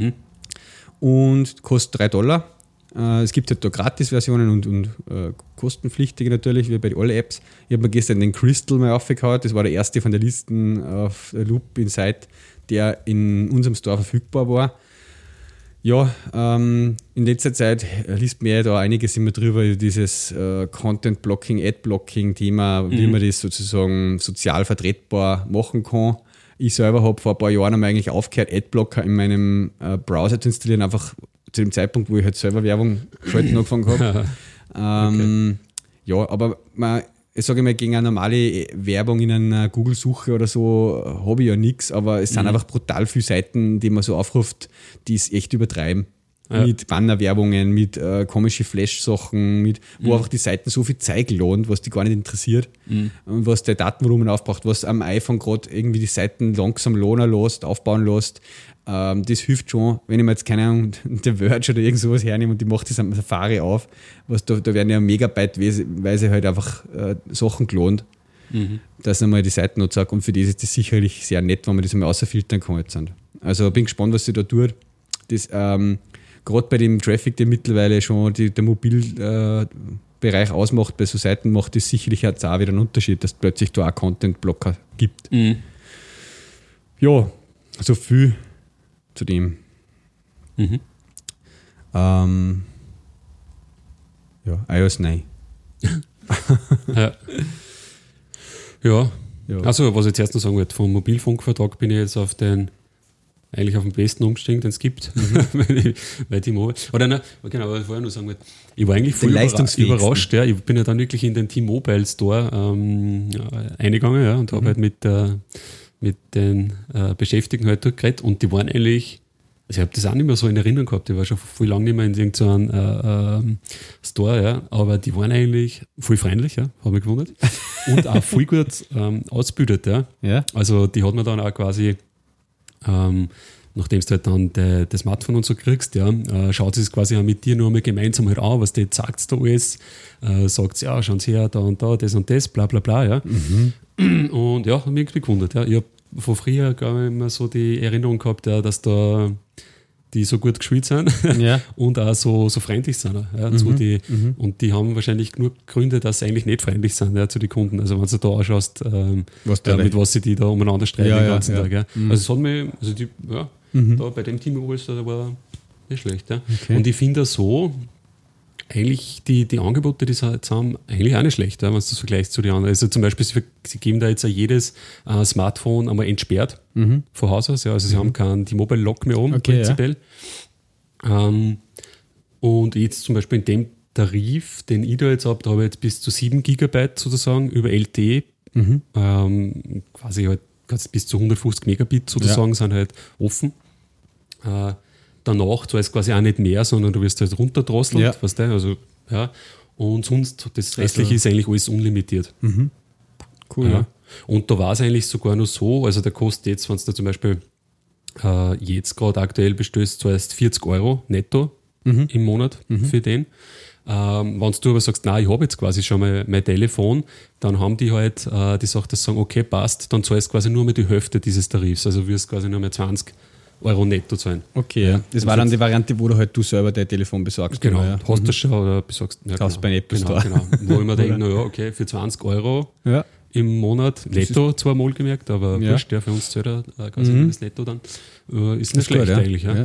und kostet $3. Es gibt halt da Gratis-Versionen und kostenpflichtige natürlich, wie bei allen Apps. Ich habe mir gestern den Crystal mal aufgehauen. Das war der erste von der Listen auf der Loop Inside, der in unserem Store verfügbar war. Ja, in letzter Zeit liest mir ja da einiges immer drüber, dieses Content-Blocking, Ad-Blocking-Thema, wie man das sozusagen sozial vertretbar machen kann. Ich selber habe vor ein paar Jahren einmal eigentlich aufgehört, Adblocker in meinem Browser zu installieren, einfach zu dem Zeitpunkt, wo ich halt selber Werbung schalten angefangen habe. Ja, aber ich sage mal, gegen eine normale Werbung in einer Google-Suche oder so habe ich ja nichts, aber es sind einfach brutal viele Seiten, die man so aufruft, die es echt übertreiben. mit Bannerwerbungen, mit komischen Flash-Sachen, wo einfach die Seiten so viel Zeit lohnt, was die gar nicht interessiert und was der Datenvolumen aufbraucht, was am iPhone gerade irgendwie die Seiten langsam lohnen lässt, aufbauen lässt. Das hilft schon, wenn ich mir jetzt, keine Ahnung, der Verge oder irgend sowas hernehme und die macht das am Safari auf, da werden ja megabyteweise halt einfach Sachen gelohnt, dass ich einmal die Seiten noch zeige, und für das ist das sicherlich sehr nett, wenn man das einmal außerfiltern kann jetzt. Also bin gespannt, was sie da tut. Das, gerade bei dem Traffic, der mittlerweile schon der Mobilbereich ausmacht, bei so Seiten macht das sicherlich jetzt auch wieder einen Unterschied, dass es plötzlich da auch Content-Blocker gibt. Ja, so viel zu dem. Ja, iOS 9.
Ja. Also, was ich jetzt erst noch sagen wollte, vom Mobilfunkvertrag bin ich jetzt eigentlich auf den besten umgestiegen, den es gibt. Weil die Mobile. Oder nein, genau, was ich vorher noch sagen wollte. Ich war eigentlich voll überrascht. Ja. Ich bin ja dann wirklich in den T-Mobile Store eingegangen, ja, und habe halt mit den Beschäftigten halt dort geredet, und die waren eigentlich, also ich habe das auch nicht mehr so in Erinnerung gehabt, ich war schon voll lange nicht mehr in irgendeinem Store, ja, aber die waren eigentlich voll freundlich, ja, habe mich gewundert, und auch voll gut ausgebildet, ja. Also die hat man dann auch quasi, nachdem du halt dann das Smartphone und so kriegst, ja, schaut sie es quasi auch mit dir nur mal gemeinsam halt an, was die sagt da alles, sagt sie, ja, schauen Sie her, da und da, das und das, bla bla bla, ja. Und ja, habe mich irgendwie gewundert, ja. Ich habe von früher, glaube ich, immer so die Erinnerung gehabt, ja, dass da die so gut geschult sind und auch so freundlich sind. Ja, und die haben wahrscheinlich genug Gründe, dass sie eigentlich nicht freundlich sind, ja, zu den Kunden. Also wenn du da anschaust, mit was sie die da umeinander streiten den ganzen Tag. Ja. Also es hat mich, da bei dem Team, da war nicht schlecht. Ja. Okay. Und ich finde so, eigentlich die Angebote, die sie jetzt haben, eigentlich auch nicht schlecht, ja, wenn du das vergleichst zu den anderen. Also zum Beispiel, sie geben da jetzt jedes Smartphone einmal entsperrt von Haus aus. Ja, also sie haben keinen T-Mobile-Lock mehr oben, prinzipiell. Ja. Und jetzt zum Beispiel in dem Tarif, den ich da jetzt habe, da habe ich jetzt bis zu 7 Gigabyte sozusagen über LTE. Quasi halt bis zu 150 Megabit sozusagen sind halt offen. Danach zwar ist quasi auch nicht mehr, sondern du wirst halt runterdrosselt, weißt du? Also, ja. Und sonst, das Restliche ist eigentlich alles unlimitiert.
Cool, ja.
Und da war es eigentlich sogar noch so, also der kostet jetzt, wenn du da zum Beispiel jetzt gerade aktuell bestellst, zuerst 40 Euro netto im Monat für den. Wenn du aber sagst, nein, ich habe jetzt quasi schon mal mein Telefon, dann haben die halt, die sagen, okay, passt, dann zahlst du quasi nur mehr die Hälfte dieses Tarifs, also wirst quasi nur mehr 20 Euro netto zahlen.
Okay, ja. Das war dann die Variante, wo du halt selber dein Telefon besorgst.
Genau, hast du schon oder besorgst.
Ja, kaufst bei Apple Store.
Genau. Wo ich mir denke, okay, für 20 Euro im Monat, netto zwar mal gemerkt, aber wurscht, für uns zählt quasi das Netto dann, ist nicht schlecht gut, eigentlich. Ja.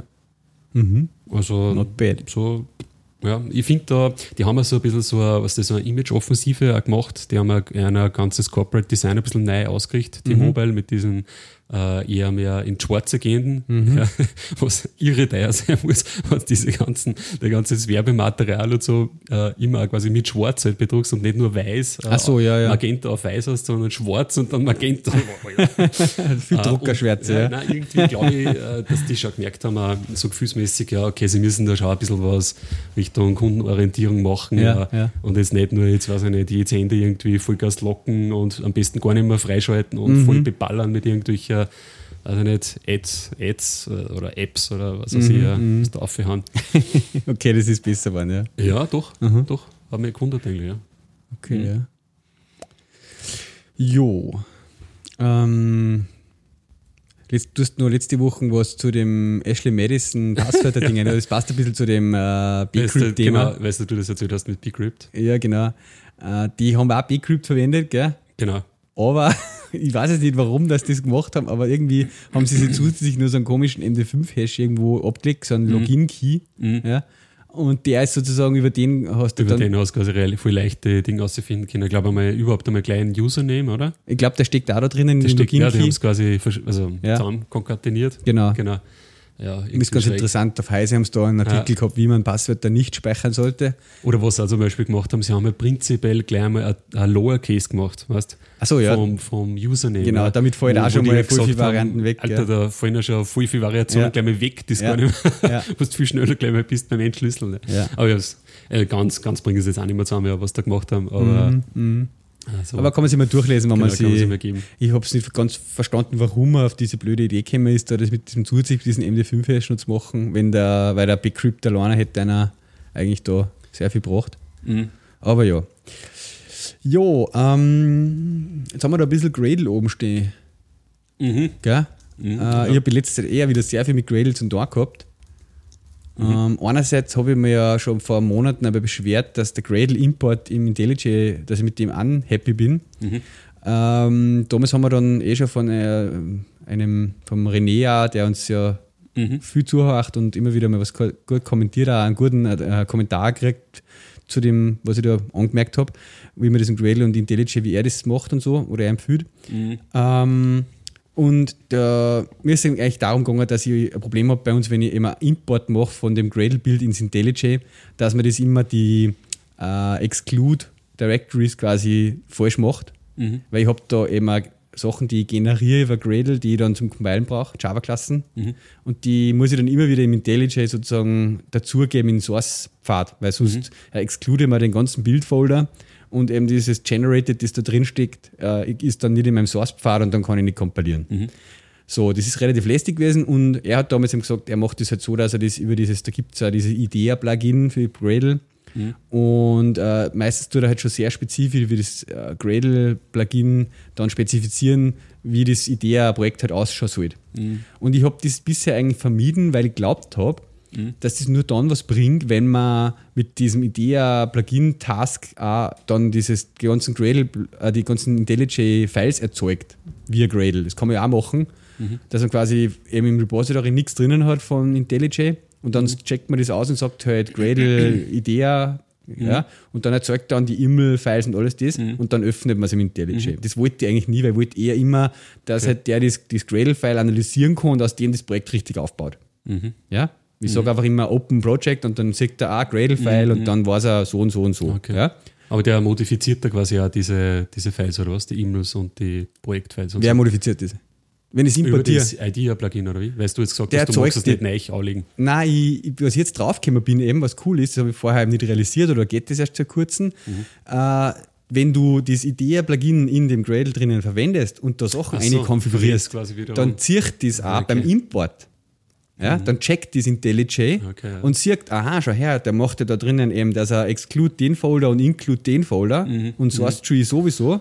Also, not bad. So, ja, ich finde da, die haben ja so ein bisschen so eine Image-Offensive auch gemacht, die haben ein ganzes Corporate Design ein bisschen neu ausgerichtet, die Mobile mit diesen eher mehr ins Schwarze gehenden, was irre teuer sein muss, was der ganzes Werbematerial und so immer quasi mit Schwarz halt bedruckst und nicht nur weiß, Magenta auf weiß hast, sondern schwarz und dann Magenta.
Viel Druckerschwärze.
Nein, irgendwie glaube ich, dass die schon gemerkt haben, so gefühlsmäßig, okay, sie müssen da schon ein bisschen was Richtung Kundenorientierung machen und jetzt nicht nur, jetzt weiß ich nicht, die Hände irgendwie Vollgas locken und am besten gar nicht mehr freischalten und voll beballern mit irgendwelchen, also nicht Ads oder Apps oder was weiß ich, was da aufhören.
Okay, das ist besser geworden, ja.
Ja, doch, habe mich gewundert eigentlich, ja.
Okay, ja. Jo. Du hast nur letzte Woche was zu dem Ashley Madison Passwörter-Ding, das passt ein bisschen zu dem Bcrypt-Thema.
Genau, weißt du, das erzählt hast mit Bcrypt?
Ja, genau. Die haben auch Bcrypt verwendet, gell?
Genau.
Aber ich weiß jetzt nicht, warum das gemacht haben, aber irgendwie haben sie sich zusätzlich nur so einen komischen MD5-Hash irgendwo abgelegt, so einen Login-Key. Ja. Und der ist sozusagen, über den hast du
den hast du quasi voll leichte Dinge ausfinden können. Ich glaube, überhaupt einmal gleich einen Username, oder?
Ich glaube, der steckt auch da drinnen.
Der steckt, die haben es quasi zusammen konkateniert.
Genau.
Ja,
ist ganz interessant. Auf Heise haben sie da einen Artikel gehabt, wie man Passwörter nicht speichern sollte.
Oder was sie auch zum Beispiel gemacht haben, sie haben ja prinzipiell gleich einmal ein Lowercase gemacht, weißt du?
Ach so, ja.
Vom Username.
Genau, damit fallen auch schon mal voll viele Varianten weg.
Alter, da fallen ja schon voll viele Variationen gleich mal weg, das gar nicht mehr, was du viel schneller gleich mal bist beim Entschlüsseln. Ne? Ja. Aber ganz bringen sie jetzt auch nicht mehr zusammen, was sie da gemacht haben. Aber,
aber kann man sich mal durchlesen, wenn man sich ich habe es nicht ganz verstanden, warum man auf diese blöde Idee gekommen ist, da das mit diesem zusätzlich diesen MD5-Hash noch zu machen, weil der Bcrypt alleine hätte einer eigentlich da sehr viel gebracht. Aber ja. Jo, jetzt haben wir da ein bisschen Gradle oben stehen. Gell? Ich habe in letzter Zeit eher wieder sehr viel mit Gradle zu tun gehabt. Einerseits habe ich mir ja schon vor Monaten aber beschwert, dass der Gradle-Import im IntelliJ, dass ich mit dem unhappy bin. Damals haben wir dann schon von vom René, der uns ja viel zuhört und immer wieder mal was gut kommentiert, auch einen guten Kommentar gekriegt zu dem, was ich da angemerkt habe, wie man das im Gradle und IntelliJ, wie er das macht und so, oder er empfiehlt. Und mir ist es eigentlich darum gegangen, dass ich ein Problem habe bei uns, wenn ich immer Import mache von dem Gradle-Bild ins IntelliJ, dass man das immer die Exclude Directories quasi falsch macht. Weil ich habe da immer Sachen, die ich generiere über Gradle, die ich dann zum Compilen brauche, Java-Klassen. Und die muss ich dann immer wieder im IntelliJ sozusagen dazugeben in den Source-Pfad, weil sonst exclude ich mal den ganzen Bildfolder. Und eben dieses Generated, das da drin steckt, ist dann nicht in meinem Source-Pfad und dann kann ich nicht kompilieren. So, das ist relativ lästig gewesen und er hat damals eben gesagt, er macht das halt so, dass er das über dieses, da gibt es ja dieses IDEA-Plugin für Gradle und meistens tut er halt schon sehr spezifisch, wie das Gradle-Plugin dann spezifizieren, wie das IDEA-Projekt halt ausschauen soll. Und ich habe das bisher eigentlich vermieden, weil ich geglaubt habe, dass das nur dann was bringt, wenn man mit diesem IDEA-Plugin-Task auch dann die ganzen IntelliJ-Files erzeugt via Gradle. Das kann man ja auch machen, dass man quasi eben im Repository nichts drinnen hat von IntelliJ und dann checkt man das aus und sagt halt Gradle, IDEA, und dann erzeugt dann die IML-Files und alles das und dann öffnet man es im IntelliJ. Das wollte ich eigentlich nie, weil ich wollte eher immer, dass halt der das Gradle-File analysieren kann und aus dem das Projekt richtig aufbaut. Ja? Ich sage einfach immer Open Project und dann sagt er auch Gradle-File und dann weiß er so und so und so.
Okay.
Ja?
Aber der modifiziert da quasi auch diese Files oder was? Die IMLs und die Projektfiles und
Wer modifiziert das? Wenn ich es importiere.
Über das IDEA-Plugin oder wie? Weißt du jetzt gesagt,
der
dass du magst es nicht neu anlegen?
Nein, was ich jetzt draufgekommen bin, eben was cool ist, das habe ich vorher eben nicht realisiert oder geht das erst seit kurzem. Wenn du das IDEA-Plugin in dem Gradle drinnen verwendest und da Sachen konfigurierst, dann zieht das auch beim Import. Ja, dann checkt das IntelliJ und sieht, aha, schau her, der macht ja da drinnen eben, dass er exclude den Folder und include den Folder und Source Tree sowieso,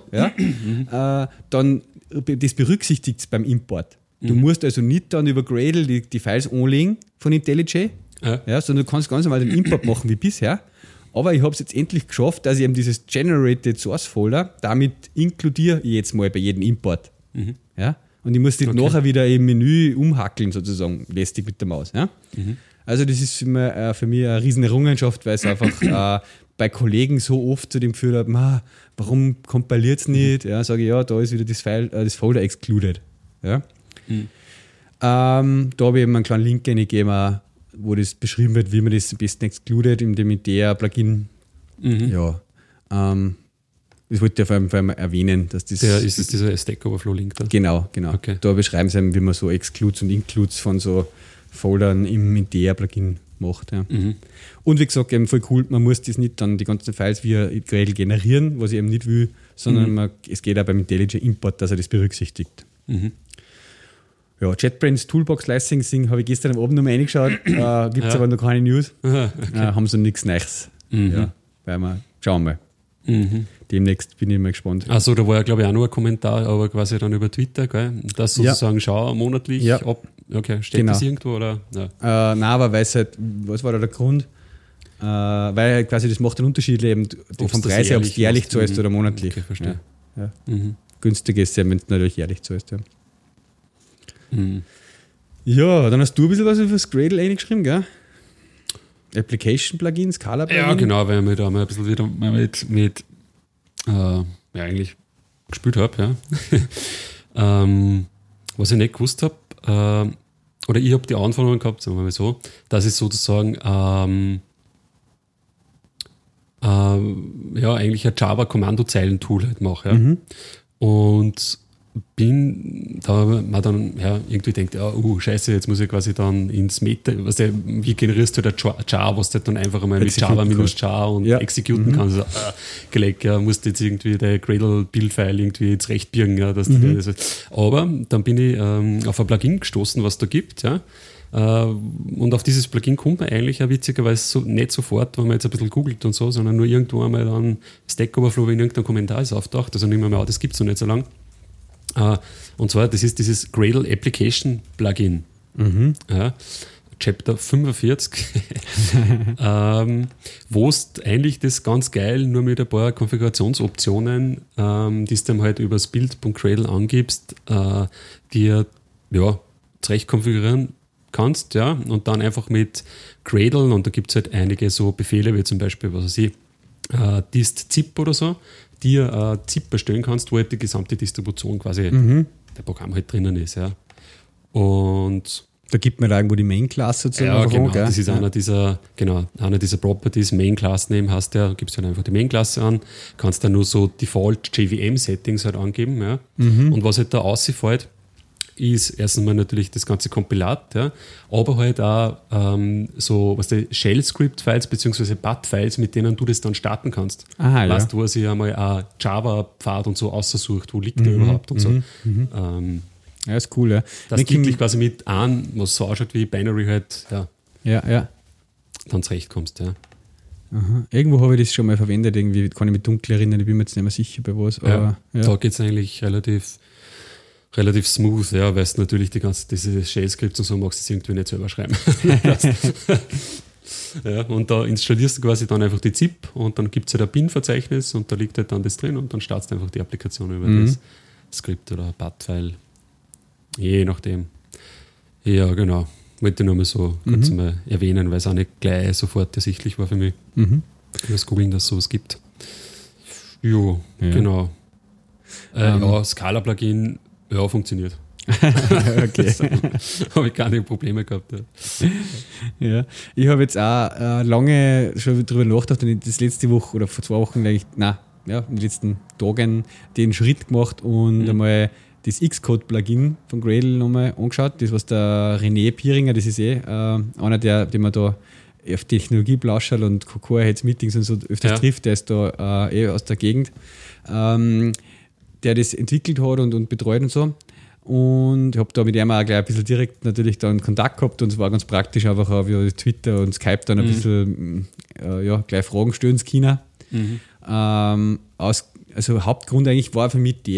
dann das berücksichtigt es beim Import. Du musst also nicht dann über Gradle die Files anlegen von IntelliJ, sondern du kannst ganz normal den Import machen wie bisher. Aber ich habe es jetzt endlich geschafft, dass ich eben dieses Generated Source Folder, damit inkludiere ich jetzt mal bei jedem Import. Ja? Und ich muss nicht nachher wieder im Menü umhackeln, sozusagen, lästig mit der Maus. Ja? Also das ist für mich eine riesen Errungenschaft, weil es einfach bei Kollegen so oft zu dem Gefühl habe, warum kompiliert es nicht? Ja, sage ich, da ist wieder das Folder excluded. Ja? Da habe ich eben einen kleinen Link gegeben, wo das beschrieben wird, wie man das am besten excluded in dem IDEA-Plugin. Das wollte ich vor allem erwähnen, dass das...
Ist es dieser Stack Overflow-Link da?
Genau. Okay. Da beschreiben sie, wie man so Excludes und Includes von so Foldern im IDEA-Plugin macht. Ja. Und wie gesagt, eben voll cool, man muss das nicht dann die ganzen Files via Gradle generieren, was ich eben nicht will, sondern es geht auch beim IntelliJ Import, dass er das berücksichtigt. Ja, JetBrains Toolbox Slicing habe ich gestern am Abend noch mal reingeschaut, gibt es aber noch keine News. Haben sie nichts Neues. Ja, schauen wir mal. Demnächst bin ich mal gespannt.
Achso, da war ja glaube ich auch noch ein Kommentar, aber quasi dann über Twitter, gell? Das sozusagen schau monatlich ab. Okay, steht das irgendwo oder? Ja.
Nein, aber weiß halt, was war da der Grund? Weil halt quasi das macht einen Unterschied eben vom Preis her, ob es jährlich zahlst oder monatlich.
Okay, verstehe.
Ja. Günstig ist es ja, wenn du natürlich jährlich zahlst. Ja. Ja, dann hast du ein bisschen was über das Gradle eingeschrieben, gell? Application-Plugins, Scala-Plugins?
Ja, genau, weil ich da mal ein bisschen wieder mit eigentlich gespielt habe, ja. Was ich nicht gewusst habe, oder ich habe die Anforderung gehabt, sagen wir mal so, dass ich sozusagen eigentlich ein Java-Kommandozeilen-Tool halt mache. Ja. Und bin da man dann irgendwie denkt, scheiße, jetzt muss ich quasi dann ins Meta, wie generierst du da Jar, was du dann einfach einmal mit Java-Jar und exekuten kannst. Also, gelegt, musst du jetzt irgendwie der Gradle-Build-File irgendwie jetzt recht birgen. Ja, dass aber dann bin ich auf ein Plugin gestoßen, was da gibt, ja. Und auf dieses Plugin kommt man eigentlich auch witzigerweise nicht sofort, wenn man jetzt ein bisschen googelt und so, sondern nur irgendwo einmal dann Stack Overflow in irgendeinem Kommentar ist auftaucht, also nicht mehr, das gibt es noch nicht so lange. Und zwar, das ist dieses Gradle Application Plugin. Ja, Chapter 45, wo es eigentlich das ganz geil nur mit ein paar Konfigurationsoptionen, die du dann halt über das Build.gradle angibst, dir zurecht konfigurieren kannst, ja, und dann einfach mit Gradle, und da gibt es halt einige so Befehle, wie zum Beispiel, was weiß ich, dist-zip oder so, dir ZIP erstellen kannst, wo halt die gesamte Distribution quasi der Programm halt drinnen ist, ja. Und
da gibt man da irgendwo die Main-Class sozusagen.
Ja, genau, das ist einer dieser Properties, Main-Class-Name hast du, gibst du halt einfach die Main-Klasse an, kannst dann nur so Default JVM-Settings halt angeben, ja. Und was halt da aussieht, ist erstens mal natürlich das ganze Kompilat, ja, aber halt auch Shell-Script-Files bzw. BAT-Files, mit denen du das dann starten kannst.
Aha,
weißt du, wo sich einmal ein Java-Pfad und so aussucht, wo liegt der überhaupt und so.
Ja, ist cool, ja.
Das wirklich quasi mit an, was so ausschaut wie Binary halt, dann zurechtkommst, ja.
Aha. Irgendwo habe ich das schon mal verwendet, irgendwie kann ich mich dunkel erinnern, ich bin mir jetzt nicht mehr sicher bei was. Aber,
da geht es eigentlich relativ smooth, ja, weil du natürlich diese Shell-Skripts und so magst du es irgendwie nicht selber schreiben. Ja, und da installierst du quasi dann einfach die ZIP und dann gibt es halt ein Bin-Verzeichnis und da liegt halt dann das drin und dann startest du einfach die Applikation über das Skript oder BAT-File. Je nachdem. Ja, genau. Wollte ich nur mal so kurz mal erwähnen, weil es auch nicht gleich sofort ersichtlich war für mich. Das Googlen, dass es sowas gibt. Jo, genau. Scala-Plugin, funktioniert.
Okay.
Habe ich keine Probleme gehabt.
Ja. Ich habe jetzt auch lange schon darüber nachgedacht und das letzte Woche oder vor 2 Wochen in den letzten Tagen den Schritt gemacht und einmal das Xcode-Plugin von Gradle nochmal angeschaut. Das, was der René Pieringer, das ist einer, den man da auf Technologie plauscht und Core-Heads-Meetings und so öfters trifft, der ist da aus der Gegend, der das entwickelt hat und betreut und so. Und ich habe da mit ihm auch gleich ein bisschen direkt natürlich dann Kontakt gehabt und es war ganz praktisch, einfach auch via Twitter und Skype dann ein bisschen gleich Fragen stellen zu können. Hauptgrund eigentlich war für mich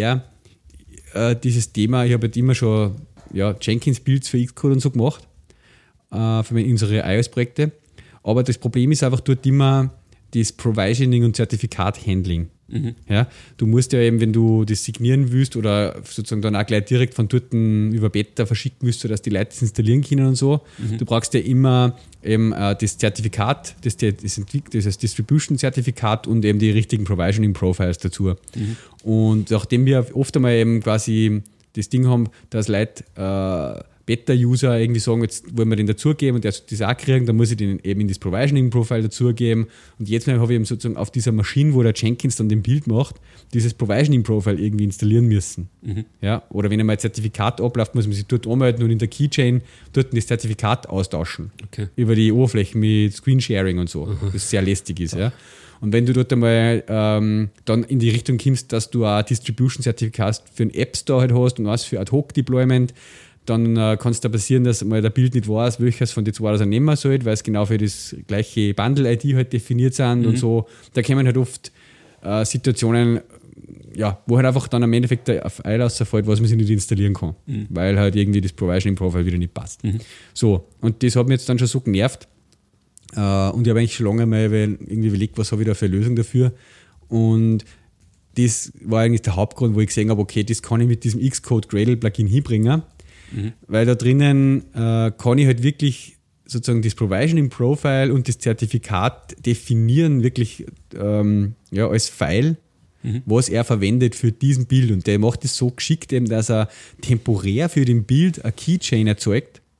dieses Thema, ich habe halt immer schon Jenkins-Builds für Xcode und so gemacht, für unsere iOS-Projekte. Aber das Problem ist einfach dort immer das Provisioning und Zertifikat-Handling. Ja, du musst ja eben, wenn du das signieren willst oder sozusagen dann auch gleich direkt von dort über Beta verschicken willst, sodass die Leute das installieren können und so, du brauchst ja immer eben das Zertifikat, das Distribution-Zertifikat und eben die richtigen Provisioning-Profiles dazu. Und nachdem wir oft einmal eben quasi das Ding haben, dass Leute Beta-User irgendwie sagen, jetzt wollen wir den dazugeben und der soll das auch kriegen, dann muss ich den eben in das Provisioning-Profile dazugeben. Und jetzt habe ich eben sozusagen auf dieser Maschine, wo der Jenkins dann den Build macht, dieses Provisioning-Profile irgendwie installieren müssen. Ja? Oder wenn einmal ein Zertifikat abläuft, muss man sich dort anmelden und in der Keychain dort das Zertifikat austauschen. Okay. Über die Oberflächen mit Screensharing und so, das sehr lästig ist. Ja? Und wenn du dort einmal dann in die Richtung kommst, dass du ein Distribution-Zertifikat für einen App Store halt hast und was für Ad-Hoc-Deployment, dann kann es da passieren, dass mal der Bild nicht weiß, welches von den zwei das er nehmen soll, weil es genau für das gleiche Bundle-ID halt definiert sind und so. Da kommen halt oft Situationen, wo halt einfach dann am Endeffekt der File rausfällt, was man sich nicht installieren kann, weil halt irgendwie das Provisioning-Profile wieder nicht passt. So, und das hat mich jetzt dann schon so genervt und ich habe eigentlich schon lange mal irgendwie überlegt, was habe ich da für eine Lösung dafür, und das war eigentlich der Hauptgrund, wo ich gesehen habe, okay, das kann ich mit diesem Xcode Gradle Plugin hinbringen. Weil da drinnen kann ich halt wirklich sozusagen das Provisioning Profile und das Zertifikat definieren, wirklich als File, was er verwendet für diesen Build. Und der macht es so geschickt, eben, dass er temporär für den Build eine Keychain erzeugt,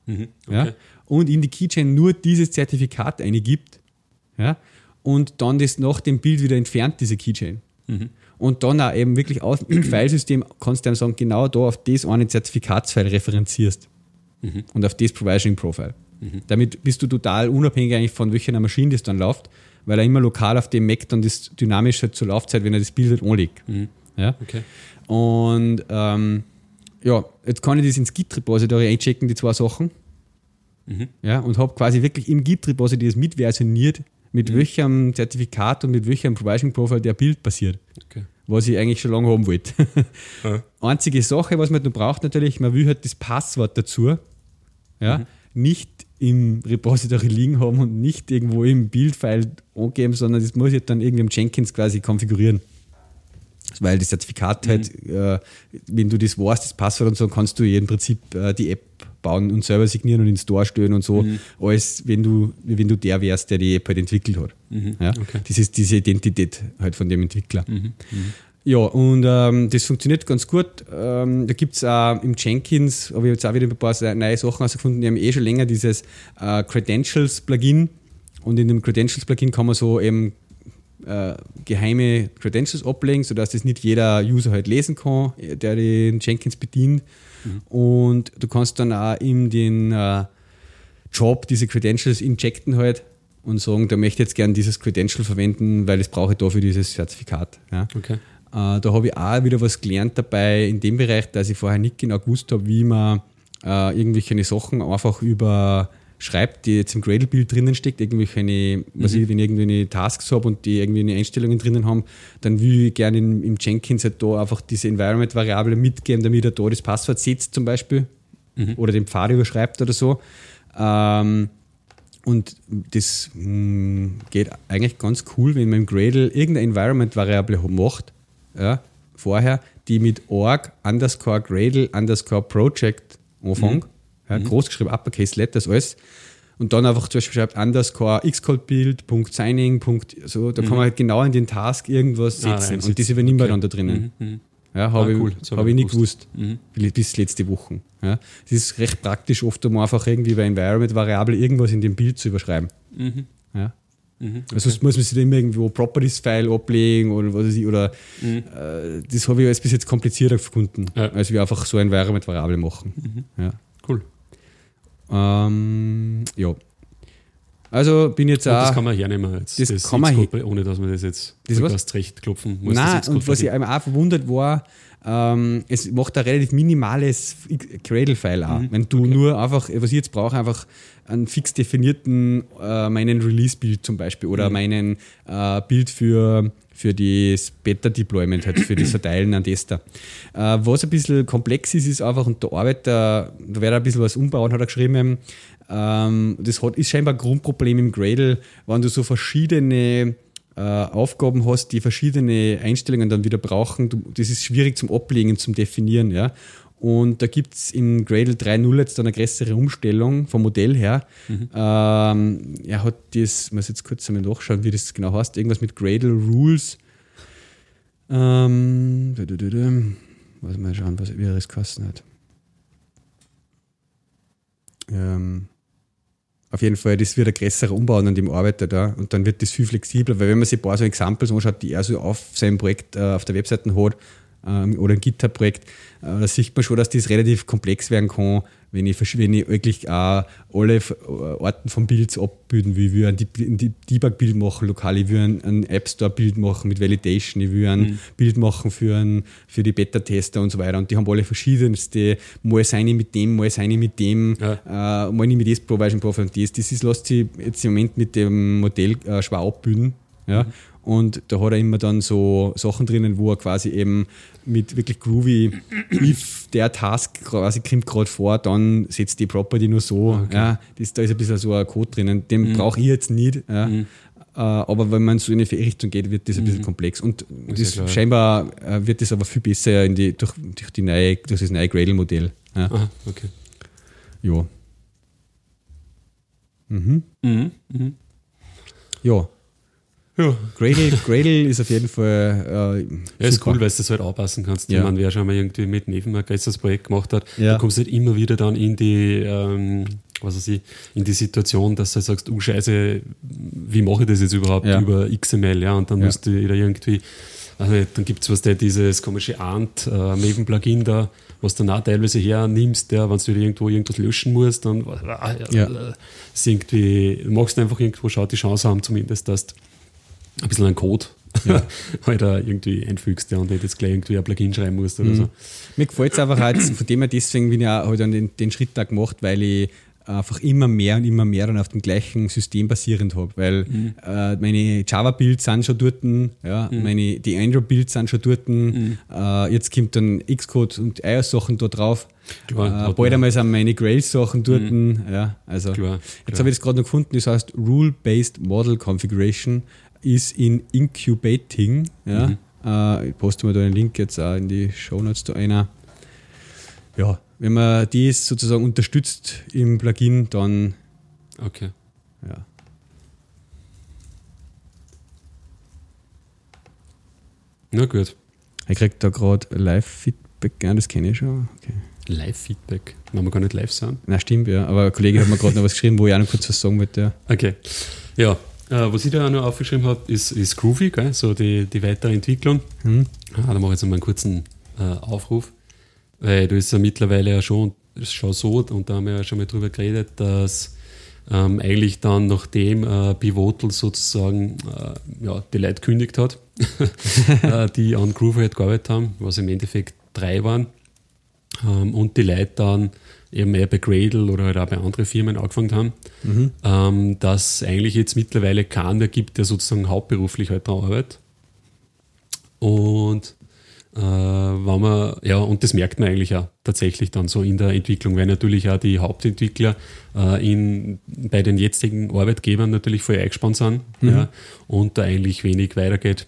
Okay.
Ja, und in die Keychain nur dieses Zertifikat eingibt, ja, und dann das nach dem Bild wieder entfernt, diese Keychain. Und dann auch eben wirklich im Filesystem kannst du dann sagen, genau da auf das eine Zertifikatsfile referenzierst und auf das Provisioning Profile. Damit bist du total unabhängig eigentlich von welcher Maschine das dann läuft, weil er immer lokal auf dem Mac dann das dynamisch halt zur Laufzeit, wenn er das Bild halt anlegt. Ja?
Okay.
Und jetzt kann ich das ins Git-Repository einchecken, die zwei Sachen. Ja, und habe quasi wirklich im Git-Repository das mitversioniert, mit welchem Zertifikat und mit welchem Provisioning Profile der Bild passiert.
Okay.
Was ich eigentlich schon lange haben wollte. Einzige Sache, was man da braucht natürlich, man will halt das Passwort dazu nicht im Repository liegen haben und nicht irgendwo im Bildfile angeben, sondern das muss ich dann irgendwie im Jenkins quasi konfigurieren. Weil das Zertifikat halt, wenn du das weißt, das Passwort und so, kannst du im Prinzip die App bauen und selber signieren und ins Store stellen und so, als wenn du der wärst, der die App halt entwickelt hat. Ja? Okay. Das ist diese Identität halt von dem Entwickler. Ja, und das funktioniert ganz gut. Da gibt es auch im Jenkins, habe ich jetzt auch wieder ein paar neue Sachen herausgefunden, die haben schon länger dieses Credentials-Plugin, und in dem Credentials-Plugin kann man so eben geheime Credentials ablegen, sodass das nicht jeder User halt lesen kann, der den Jenkins bedient. Und du kannst dann auch in den Job diese Credentials injecten halt und sagen, da möchte ich jetzt gerne dieses Credential verwenden, weil das brauche ich da für dieses Zertifikat. Ja.
Okay.
Da habe ich auch wieder was gelernt dabei in dem Bereich, dass ich vorher nicht genau gewusst habe, wie man irgendwelche Sachen einfach schreibt, die jetzt im Gradle-Bild drinnen steckt, wenn ich irgendwie eine Tasks habe und die irgendwie eine Einstellungen drinnen haben, dann will ich gerne im Jenkins halt da einfach diese Environment-Variable mitgeben, damit er da das Passwort setzt zum Beispiel oder den Pfad überschreibt oder so. Und das geht eigentlich ganz cool, wenn man im Gradle irgendeine Environment-Variable macht, vorher, die mit org_Gradle_Project anfängt, großgeschrieben, Uppercase Letters, alles. Und dann einfach zum Beispiel schreibt _xcodebuild.signing. So, da kann man halt genau in den Task irgendwas setzen. Und das übernimmt man dann da drinnen. Ja, habe ich nicht gewusst. Bis letzte Woche. Ja. Das ist recht praktisch, oft um einfach irgendwie bei Environment-Variable irgendwas in dem Bild zu überschreiben. Ja. Also sonst muss man sich da immer irgendwo Properties-File ablegen oder was weiß ich, oder das habe ich als bis jetzt komplizierter gefunden, als wir einfach so ein Environment-Variable machen. Ja.
Cool.
Ja. Also bin jetzt
und
auch.
Das kann man hernehmen jetzt.
Das kann man
ohne dass man das jetzt recht klopfen muss.
Nein, und was ich auch verwundert war, es macht ein relativ minimales Gradle-File auch. Wenn du nur einfach, was ich jetzt brauche, einfach einen fix definierten meinen Release-Bild zum Beispiel oder meinen Bild für das Beta-Deployment, halt für das Verteilen an Tester. Was ein bisschen komplex ist einfach, und der Arbeiter, da wird ein bisschen was umbauen, hat er geschrieben, ist scheinbar ein Grundproblem im Gradle, wenn du so verschiedene Aufgaben hast, die verschiedene Einstellungen dann wieder brauchen. Das ist schwierig zum Ablegen, zum Definieren. Ja? Und da gibt es in Gradle 3.0 jetzt dann eine größere Umstellung vom Modell her. Er hat das, ich muss jetzt kurz einmal nachschauen, wie das genau heißt, irgendwas mit Gradle Rules. Muss mal schauen, wie er das gekostet hat. Auf jeden Fall, das wird ein größerer Umbau an dem Arbeiter da und dann wird das viel flexibler, weil wenn man sich ein paar so Examples anschaut, die er so auf seinem Projekt auf der Webseite hat oder ein GitHub-Projekt, da sieht man schon, dass das relativ komplex werden kann, wenn ich wirklich alle Arten von Builds abbilden will. Ich will ein Debug-Bild machen lokal, ich will ein App-Store-Bild machen mit Validation, ich will ein Bild machen für die Beta-Tester und so weiter. Und die haben alle verschiedenste, mal seine mit dem, mal seine mit dem, mal nicht mit das Provision Profile und das. Das lässt sich jetzt im Moment mit dem Modell schwer abbilden. Ja. Und da hat er immer dann so Sachen drinnen, wo er quasi eben mit wirklich groovy, if der Task quasi kommt gerade vor, dann setzt die Property nur so. Okay. Ja, da ist ein bisschen so ein Code drinnen. Den brauche ich jetzt nicht. Ja. Aber wenn man so in eine Richtung geht, wird das ein bisschen komplex. Und das scheinbar wird das aber viel besser durch das neue Gradle-Modell. Ja.
Aha, okay.
Ja. Ja.
Ja.
Gradle ist auf jeden Fall
Ja, ist cool, weil du das halt anpassen kannst.
Ja.
Ich meine, wer schon mal irgendwie mit Neven ein größeres Projekt gemacht hat,
Ja.
da kommst du halt immer wieder dann in die, in die Situation, dass du halt sagst, Scheiße, wie mache ich das jetzt überhaupt
Ja.
über XML, ja, und dann
Ja.
musst du da irgendwie, also dann gibt es dieses komische Maven-Plugin da, was du dann auch teilweise hernimmst, ja, wenn du irgendwo irgendwas löschen musst, dann ist irgendwie, du magst einfach irgendwo, die Chance haben zumindest, dass du ein bisschen einen Code halt auch irgendwie einfügst, ja, und nicht jetzt gleich irgendwie ein Plugin schreiben musst oder so.
Mir gefällt es einfach halt, von dem her, deswegen bin ich auch halt dann den Schritt da gemacht, weil ich einfach immer mehr dann auf dem gleichen System basierend habe, weil meine Java-Builds sind schon dort, die Android-Builds sind schon dort, jetzt kommt dann Xcode und iOS-Sachen da drauf, bald einmal sind meine Grails-Sachen dort, also
Klar.
jetzt habe ich das gerade noch gefunden, das heißt Rule-Based Model Configuration ist in Incubating, ich poste mal da einen Link jetzt auch in die Shownotes da einer. Ja, wenn man dies sozusagen unterstützt im Plugin, dann
Okay.
ja.
Na gut.
Ich kriege da gerade Live-Feedback, das kenne ich schon. Okay.
Live-Feedback, wenn wir gar nicht live sind.
Na stimmt, ja. Aber ein Kollege hat mir gerade noch was geschrieben, wo ich auch noch kurz was sagen wollte. Ja.
Okay. Ja, was ich da auch noch aufgeschrieben habe, ist Groovy, gell? So die weitere Entwicklung. Da mache ich jetzt mal einen kurzen Aufruf. Weil da ist ja mittlerweile ja schon so, und da haben wir ja schon mal drüber geredet, dass eigentlich dann, nachdem Pivotal sozusagen die Leute gekündigt hat, die an Groovy halt gearbeitet haben, was im Endeffekt 3 waren, und die Leute dann eben mehr bei Gradle oder halt auch bei anderen Firmen angefangen haben, dass eigentlich jetzt mittlerweile keinen mehr gibt, der sozusagen hauptberuflich halt daran arbeitet. Und wenn man, und das merkt man eigentlich auch tatsächlich dann so in der Entwicklung, weil natürlich auch die Hauptentwickler bei den jetzigen Arbeitgebern natürlich voll eingespannt sind, und da eigentlich wenig weitergeht.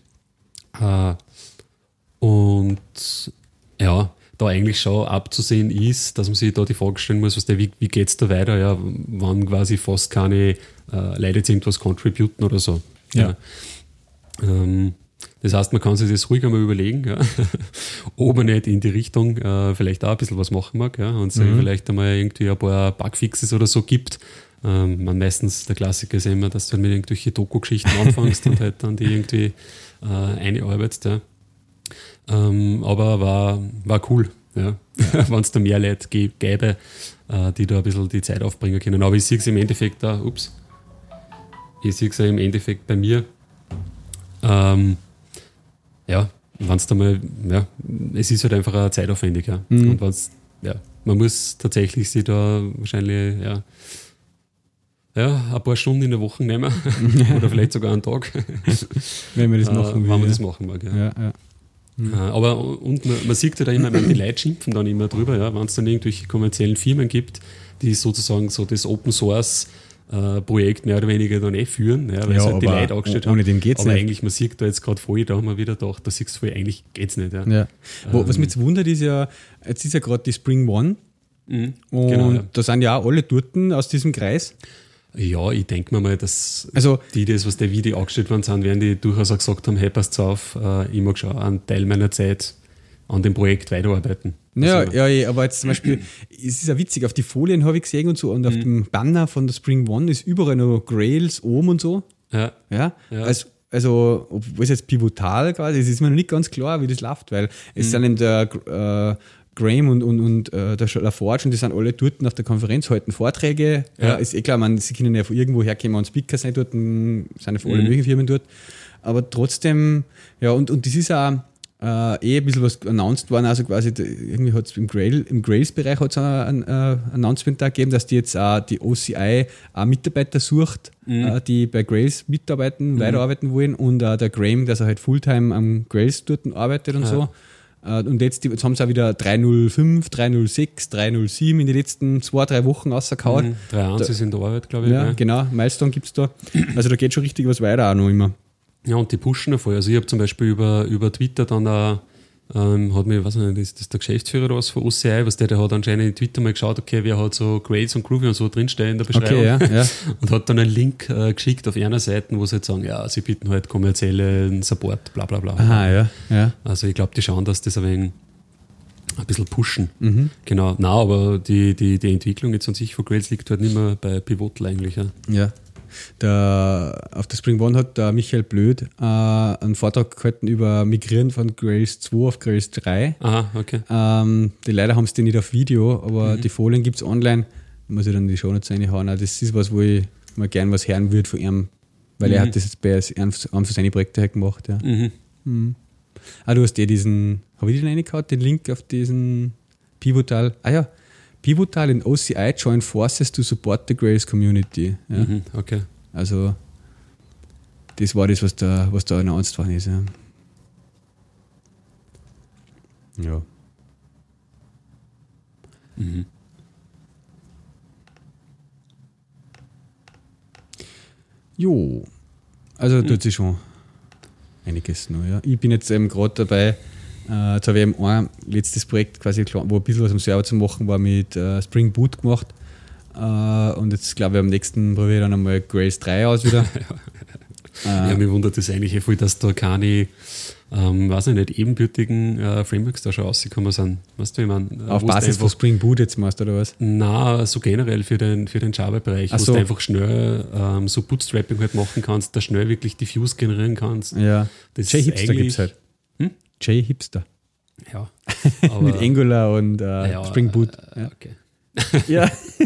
Und da eigentlich schon abzusehen ist, dass man sich da die Frage stellen muss, wie geht es da weiter, wann quasi fast keine Leute jetzt irgendwas contributen oder so.
Ja.
Das heißt, man kann sich das ruhig einmal überlegen, ob man nicht in die Richtung vielleicht auch ein bisschen was machen mag, und sich vielleicht einmal irgendwie ein paar Bugfixes oder so gibt. Meistens der Klassiker ist immer, dass du halt mit irgendwelchen Doku-Geschichten anfängst und halt dann die irgendwie einarbeitest. Ja. Aber war cool, wenn es da mehr Leute gäbe, die da ein bisschen die Zeit aufbringen können. Aber ich sehe es im Endeffekt bei mir, wenn es da mal, es ist halt einfach auch zeitaufwendig, und wenn's, man muss tatsächlich sich da wahrscheinlich, ein paar Stunden in der Woche nehmen oder vielleicht sogar einen Tag,
Wenn man das machen will.
wenn man das machen mag. Ja. Aber und man sieht ja da immer, die Leute schimpfen dann immer drüber, wenn es dann irgendwelche kommerziellen Firmen gibt, die sozusagen so das Open Source Projekt mehr oder weniger dann führen, weil es halt die Leute angestellt haben.
Ohne dem geht's
aber
nicht.
eigentlich, man sieht da jetzt gerade voll, da haben wir wieder gedacht, da siehst du voll, eigentlich geht's nicht.
Ja. Was mich jetzt wundert, ist jetzt ist ja gerade die Spring One, und
genau,
da sind ja auch alle dort aus diesem Kreis.
Ja, ich denke mir mal, dass
Also,
was der Video angestellt worden sind, werden die durchaus auch gesagt haben, hey, passt auf, ich mag schon einen Teil meiner Zeit an dem Projekt weiterarbeiten.
Aber jetzt zum Beispiel, es ist ja witzig, auf die Folien habe ich gesehen und so, und auf dem Banner von der Spring One ist überall noch Grails oben und so.
Ja.
Also, obwohl es jetzt pivotal quasi ist, ist mir noch nicht ganz klar, wie das läuft, weil es sind eben der Graham und der LaForge, und die sind alle dort auf der Konferenz, halten Vorträge. Ist klar, sie können ja von irgendwo herkommen und Speaker sein dort, sind ja von allen möglichen Firmen dort. Aber trotzdem, und das ist auch ein bisschen was announced worden, also quasi irgendwie hat es im Grails-Bereich hat es ein Announcement da gegeben, dass die jetzt auch die OCI auch Mitarbeiter sucht, die bei Grails weiterarbeiten wollen, und der Graham, dass er halt Fulltime am Grails dort arbeitet und so. Und jetzt haben sie auch wieder 3.05, 3.06, 3.07 in den letzten 2-3 Wochen rausgehauen.
3.1 ist in der Arbeit, glaube ich.
Ja, genau, Milestone gibt es da. Also da geht schon richtig was weiter auch noch immer.
Ja, und die pushen voll. Also ich habe zum Beispiel über Twitter dann hat mir, was nicht, ist das der Geschäftsführer oder was von OCI, der hat anscheinend in Twitter mal geschaut, okay, wer hat so Grades und Groovy und so drinstehen in der Beschreibung.
Okay, ja.
Und hat dann einen Link geschickt auf einer Seite, wo sie halt sagen, ja, sie bieten halt kommerziellen Support, bla bla bla.
Aha, ja.
Also ich glaube, die schauen, dass das ein bisschen pushen. Genau, nein, aber die Entwicklung jetzt an sich von Grails liegt halt nicht mehr bei Pivotal eigentlich.
Ja. Auf der Spring One hat der Michael Blöd einen Vortrag gehalten über Migrieren von Grails 2 auf Grails 3.
Aha, okay.
Die leider haben es nicht auf Video, aber die Folien gibt es online. Muss ich dann in die Shownotes reinhauen. Das ist was, wo ich mal gern was hören würde von ihm, weil er hat das jetzt bei einem von seinen Projekten halt gemacht. Ja. Du hast diesen, habe ich den reingehauen, den Link auf diesen Pivotal. Pivotal and OCI join forces to support the Grails community. Ja.
Okay.
Also, das war das, was da announced worden ist. Ja. Jo, also tut sich schon einiges noch. Ja. Ich bin jetzt eben gerade dabei, jetzt habe ich eben ein letztes Projekt quasi, wo ein bisschen was am Server zu machen war, mit Spring Boot gemacht. Und jetzt glaube ich, am nächsten probiere ich dann einmal Grails 3 aus wieder.
Ja, mir wundert das eigentlich voll, dass da keine, weiß ich nicht, ebenbürtigen Frameworks da schon rausgekommen sind. Weißt du, ich meine,
auf Basis von Spring Boot jetzt machst oder was?
Nein, so generell für den Java-Bereich, wo du einfach schnell so Bootstrapping halt machen kannst, da schnell wirklich Diffuse generieren kannst.
Ja, J-Hipster gibt es halt. J-Hipster.
Ja.
Mit Angular und Spring Boot.
Okay.
Ja.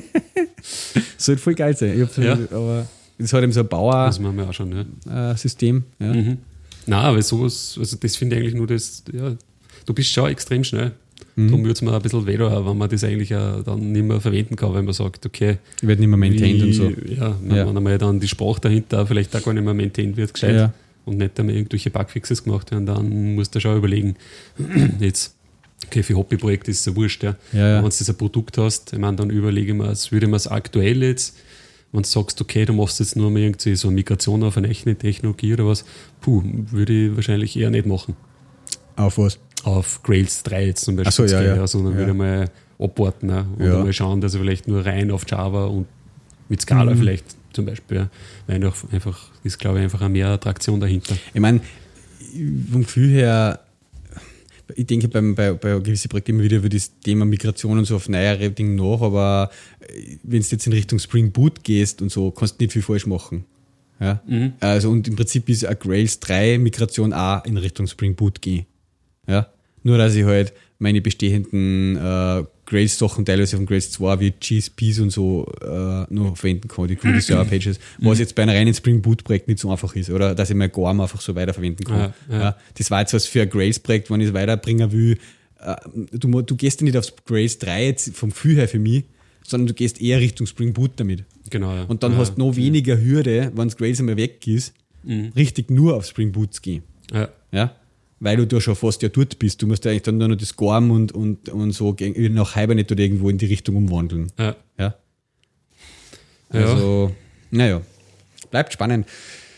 Sollte voll geil sein. Aber das hat eben so ein Bauer-System. Ja.
Nein, aber sowas, also das finde ich eigentlich nur das, ja, du bist schon extrem schnell. Darum würde es mir ein bisschen weh tun, wenn man das eigentlich dann nicht mehr verwenden kann, wenn man sagt, okay.
Wird nicht mehr maintained und so.
Ja, wenn einmal dann die Sprache dahinter vielleicht auch gar nicht mehr maintained wird, gescheit, und nicht einmal irgendwelche Bugfixes gemacht werden, dann musst du schon überlegen, jetzt, okay, für Hobbyprojekte ist es ja wurscht, ja. Wenn du das ein Produkt hast, ich meine, dann überlege ich mir, würde man es aktuell jetzt, wenn du sagst, okay, du machst jetzt nur mal irgendwie so eine Migration auf eine echte Technologie oder was, würde ich wahrscheinlich eher nicht machen.
Auf was?
Auf Grails 3 jetzt zum Beispiel.
Achso,
sondern würde ich mal abwarten und mal schauen, dass ich vielleicht nur rein auf Java und mit Scala vielleicht zum Beispiel, weil einfach ist, glaube ich, einfach eine mehr Attraktion dahinter.
Ich meine, vom Gefühl her, ich denke bei gewissen Projekten immer wieder über das Thema Migration und so auf neuere Dinge nach, aber wenn du jetzt in Richtung Spring Boot gehst und so, kannst du nicht viel falsch machen. Ja? Also, und im Prinzip ist eine Grails 3 Migration auch in Richtung Spring Boot gehen. Ja? Nur, dass ich halt meine bestehenden Grails-Sachen teilweise von Grails 2 wie GSPs und so noch verwenden kann, die Community Server Pages, was jetzt bei einem reinen Spring Boot-Projekt nicht so einfach ist, oder dass ich mein GORM einfach so weiterverwenden kann. Ja. Das war jetzt was für ein Grails-Projekt, wenn ich es weiterbringen will. Du gehst ja nicht aufs Grails 3 jetzt vom Gefühl her für mich, sondern du gehst eher Richtung Spring Boot damit.
Genau, ja.
Und dann hast du noch weniger Hürde, wenn das Grails einmal weg ist, richtig nur auf Spring Boot zu gehen. Ja? Weil du da schon fast ja dort bist. Du musst ja eigentlich dann nur noch das GORM und so nach Hibernate oder irgendwo in die Richtung umwandeln. Ja. Also, naja, bleibt spannend.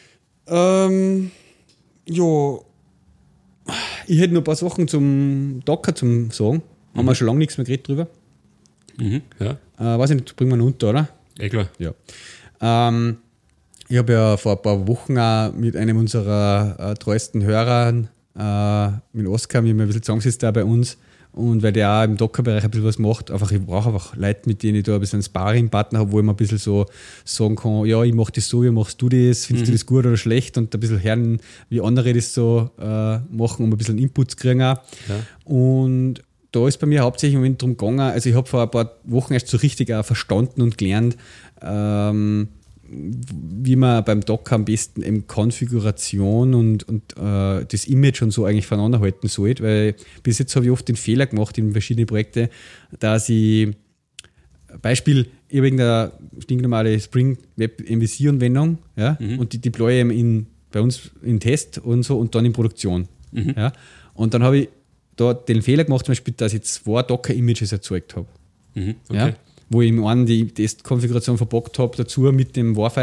Ich hätte noch ein paar Sachen zum Docker zum Sagen. Haben wir schon lange nichts mehr geredet drüber. Weiß ich nicht, bringen wir ihn unter, oder?
Klar.
Ja. Ich habe ja vor ein paar Wochen auch mit einem unserer treuesten Hörer, mit Oskar, wir haben ein bisschen zusammengesetzt da bei uns, und weil der auch im Docker-Bereich ein bisschen was macht, ich brauche einfach Leute, mit denen ich da ein bisschen einen Sparring-Partner habe, wo ich mir ein bisschen so sagen kann, ja, ich mache das so, wie machst du das, findest du das gut oder schlecht, und ein bisschen hören, wie andere das so machen, um ein bisschen Input zu kriegen auch. Und da ist bei mir hauptsächlich im Moment darum gegangen, also ich habe vor ein paar Wochen erst so richtig auch verstanden und gelernt, wie man beim Docker am besten eben Konfiguration und das Image und so eigentlich voneinander halten sollte, weil bis jetzt habe ich oft den Fehler gemacht in verschiedenen Projekten, dass ich Beispiel, ich habe irgendeine stinknormale Spring Web MVC-Anwendung, und die deploye ich bei uns in Test und so und dann in Produktion. Ja? Und dann habe ich da den Fehler gemacht, zum Beispiel, dass ich 2 Docker-Images erzeugt habe. Ja? Wo ich im einen die Testkonfiguration verbockt habe dazu mit dem Warfile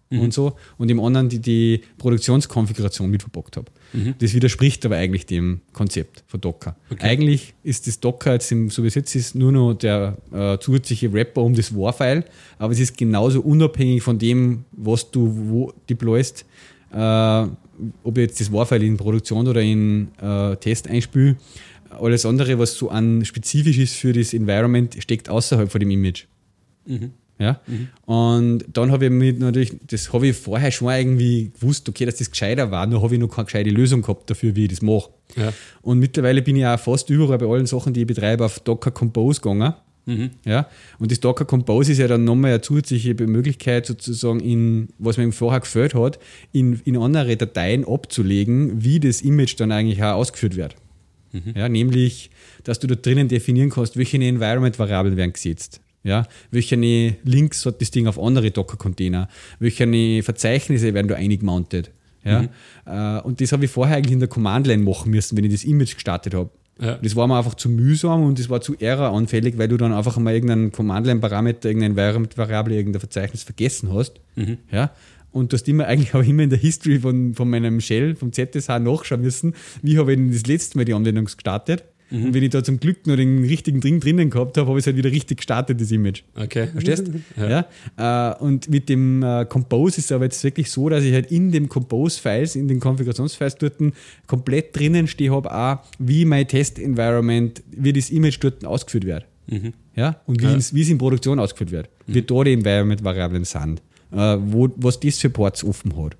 und so und im anderen die Produktionskonfiguration mit verpackt habe. Das widerspricht aber eigentlich dem Konzept von Docker. Okay. Eigentlich ist das Docker jetzt, so wie es jetzt ist, nur noch der zusätzliche Wrapper um das War-File, aber es ist genauso unabhängig von dem, was du wo deployst, ob ich jetzt das War-File in Produktion oder in Test einspüle. Alles andere, was so an spezifisch ist für das Environment, steckt außerhalb von dem Image. Ja? Und dann habe ich mit natürlich, das habe ich vorher schon irgendwie gewusst, okay, dass das gescheiter war, nur habe ich noch keine gescheite Lösung gehabt dafür, wie ich das mache. Ja. Und mittlerweile bin ich auch fast überall bei allen Sachen, die ich betreibe, auf Docker Compose gegangen. Ja? Und das Docker Compose ist ja dann nochmal eine zusätzliche Möglichkeit, sozusagen was mir eben vorher gefällt hat, in andere Dateien abzulegen, wie das Image dann eigentlich auch ausgeführt wird. Ja, nämlich, dass du da drinnen definieren kannst, welche Environment-Variablen werden gesetzt. Ja, welche Links hat das Ding auf andere Docker-Container, welche Verzeichnisse werden da eingemountet. Ja? Und das habe ich vorher eigentlich in der Command-Line machen müssen, wenn ich das Image gestartet habe. Ja. Das war mir einfach zu mühsam und das war zu erroranfällig, weil du dann einfach mal irgendeinen Command-Line-Parameter, irgendeine Environment-Variable, irgendein Verzeichnis vergessen hast. Ja? Und du hast eigentlich auch immer in der History von meinem Shell, vom ZSH nachschauen müssen, wie habe ich denn das letzte Mal die Anwendung gestartet. Und wenn ich da zum Glück noch den richtigen Ding drinnen gehabt habe, habe ich es halt wieder richtig gestartet, das Image.
Okay.
Verstehst du? Ja. Und mit dem Compose ist es aber jetzt wirklich so, dass ich halt in den Compose-Files, in den Konfigurationsfiles dort komplett drinnen stehe habe, auch wie mein Test-Environment, wie das Image dort ausgeführt wird. Ja? Und wie es in Produktion ausgeführt wird. Wie da die Environment-Variablen sind. Was das für Ports offen hat.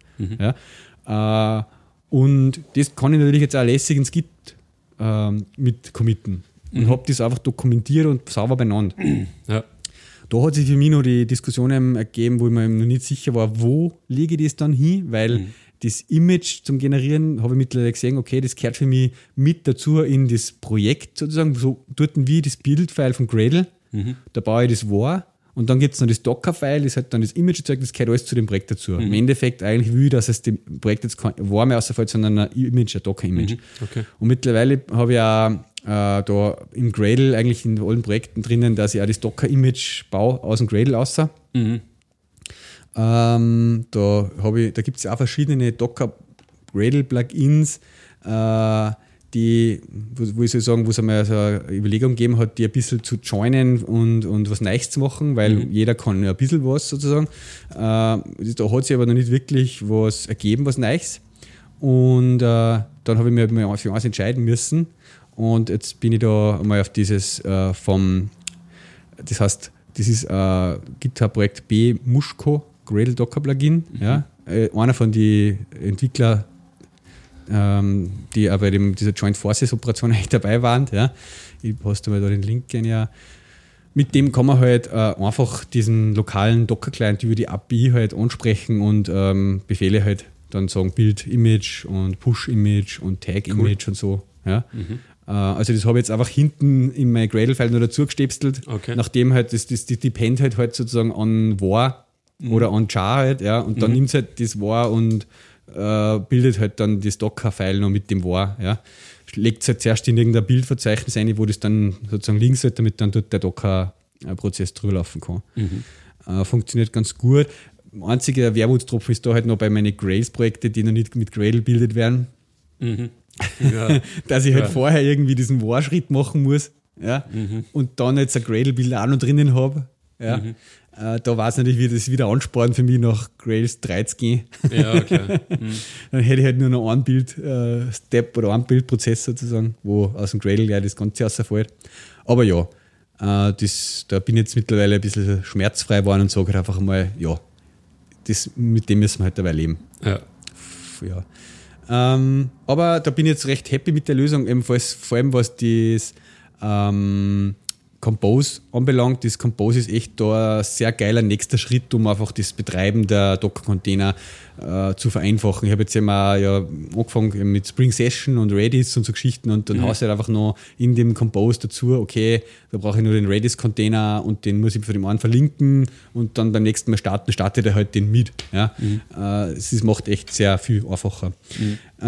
Ja? Und das kann ich natürlich jetzt auch lässig ins Git mit committen. Und habe das einfach dokumentiert und sauber beieinander. Ja. Da hat sich für mich noch die Diskussion ergeben, wo ich mir noch nicht sicher war, wo lege ich das dann hin, weil das Image zum Generieren habe ich mittlerweile gesehen, okay, das gehört für mich mit dazu in das Projekt sozusagen, so dort wie das Build-File von Gradle, da baue ich das War. Und dann gibt es noch das Docker-File, das hat dann das Image-Zeug, das gehört alles zu dem Projekt dazu. Im Endeffekt eigentlich will ich, dass es dem Projekt jetzt kein War mehr ausfällt, sondern ein Image, ein Docker-Image. Okay. Und mittlerweile habe ich auch da im Gradle eigentlich in allen Projekten drinnen, dass ich auch das Docker-Image baue aus dem Gradle raus. Da gibt es ja auch verschiedene Docker-Gradle-Plugins, wo ich so sagen, wo es einmal so eine Überlegung gegeben hat, die ein bisschen zu joinen und was Neues zu machen, weil jeder kann ja ein bisschen was sozusagen. Da hat sich aber noch nicht wirklich was ergeben, was Neues. Und dann habe ich mich mal für eins entscheiden müssen. Und jetzt bin ich da mal auf dieses das heißt, das ist GitHub-Projekt B-Mushko Gradle Docker Plugin. Ja? Einer von den Entwicklern, die auch bei dieser Joint Forces Operation eigentlich dabei waren. Ja. Ich poste mal da den Link gerne. Ja. Mit dem kann man halt einfach diesen lokalen Docker-Client über die API halt ansprechen und Befehle halt dann sagen Build Image und Push Image und Tag Image und so. Ja. Also das habe ich jetzt einfach hinten in mein Gradle-File noch dazu gestepselt, nachdem halt das depend halt sozusagen an War oder an Jar halt, ja, und dann nimmt es halt das War und bildet halt dann das Docker-File noch mit dem War. Ja. Legt es halt zuerst in irgendein Bildverzeichnis ein, wo das dann sozusagen liegen sollte, damit dann dort der Docker-Prozess drüber laufen kann. Funktioniert ganz gut. Einziger Wermutstropfen ist da halt noch bei meinen Grails-Projekten, die noch nicht mit Gradle bildet werden. Ja. Dass ich halt vorher irgendwie diesen War-Schritt machen muss, ja, und dann jetzt ein Gradle-Bild auch noch drinnen habe. Ja. Da war es natürlich, wie das wieder ansporen für mich, nach Grails 3 zu gehen. Ja, okay. Dann hätte ich halt nur noch einen Bild-Step oder einen Bildprozess sozusagen, wo aus dem Gradle gleich das Ganze rausfällt. Aber ja, da bin ich jetzt mittlerweile ein bisschen schmerzfrei geworden und sage halt einfach mal, ja, mit dem müssen wir halt dabei leben. Ja. Aber da bin ich jetzt recht happy mit der Lösung, ebenfalls, vor allem was das Compose anbelangt. Das Compose ist echt da ein sehr geiler nächster Schritt, um einfach das Betreiben der Docker-Container zu vereinfachen. Ich habe jetzt angefangen mit Spring Session und Redis und so Geschichten und dann hast du halt einfach noch in dem Compose dazu, okay, da brauche ich nur den Redis-Container und den muss ich für den einen verlinken und dann beim nächsten Mal startet er halt den mit. Ja? Es macht echt sehr viel einfacher.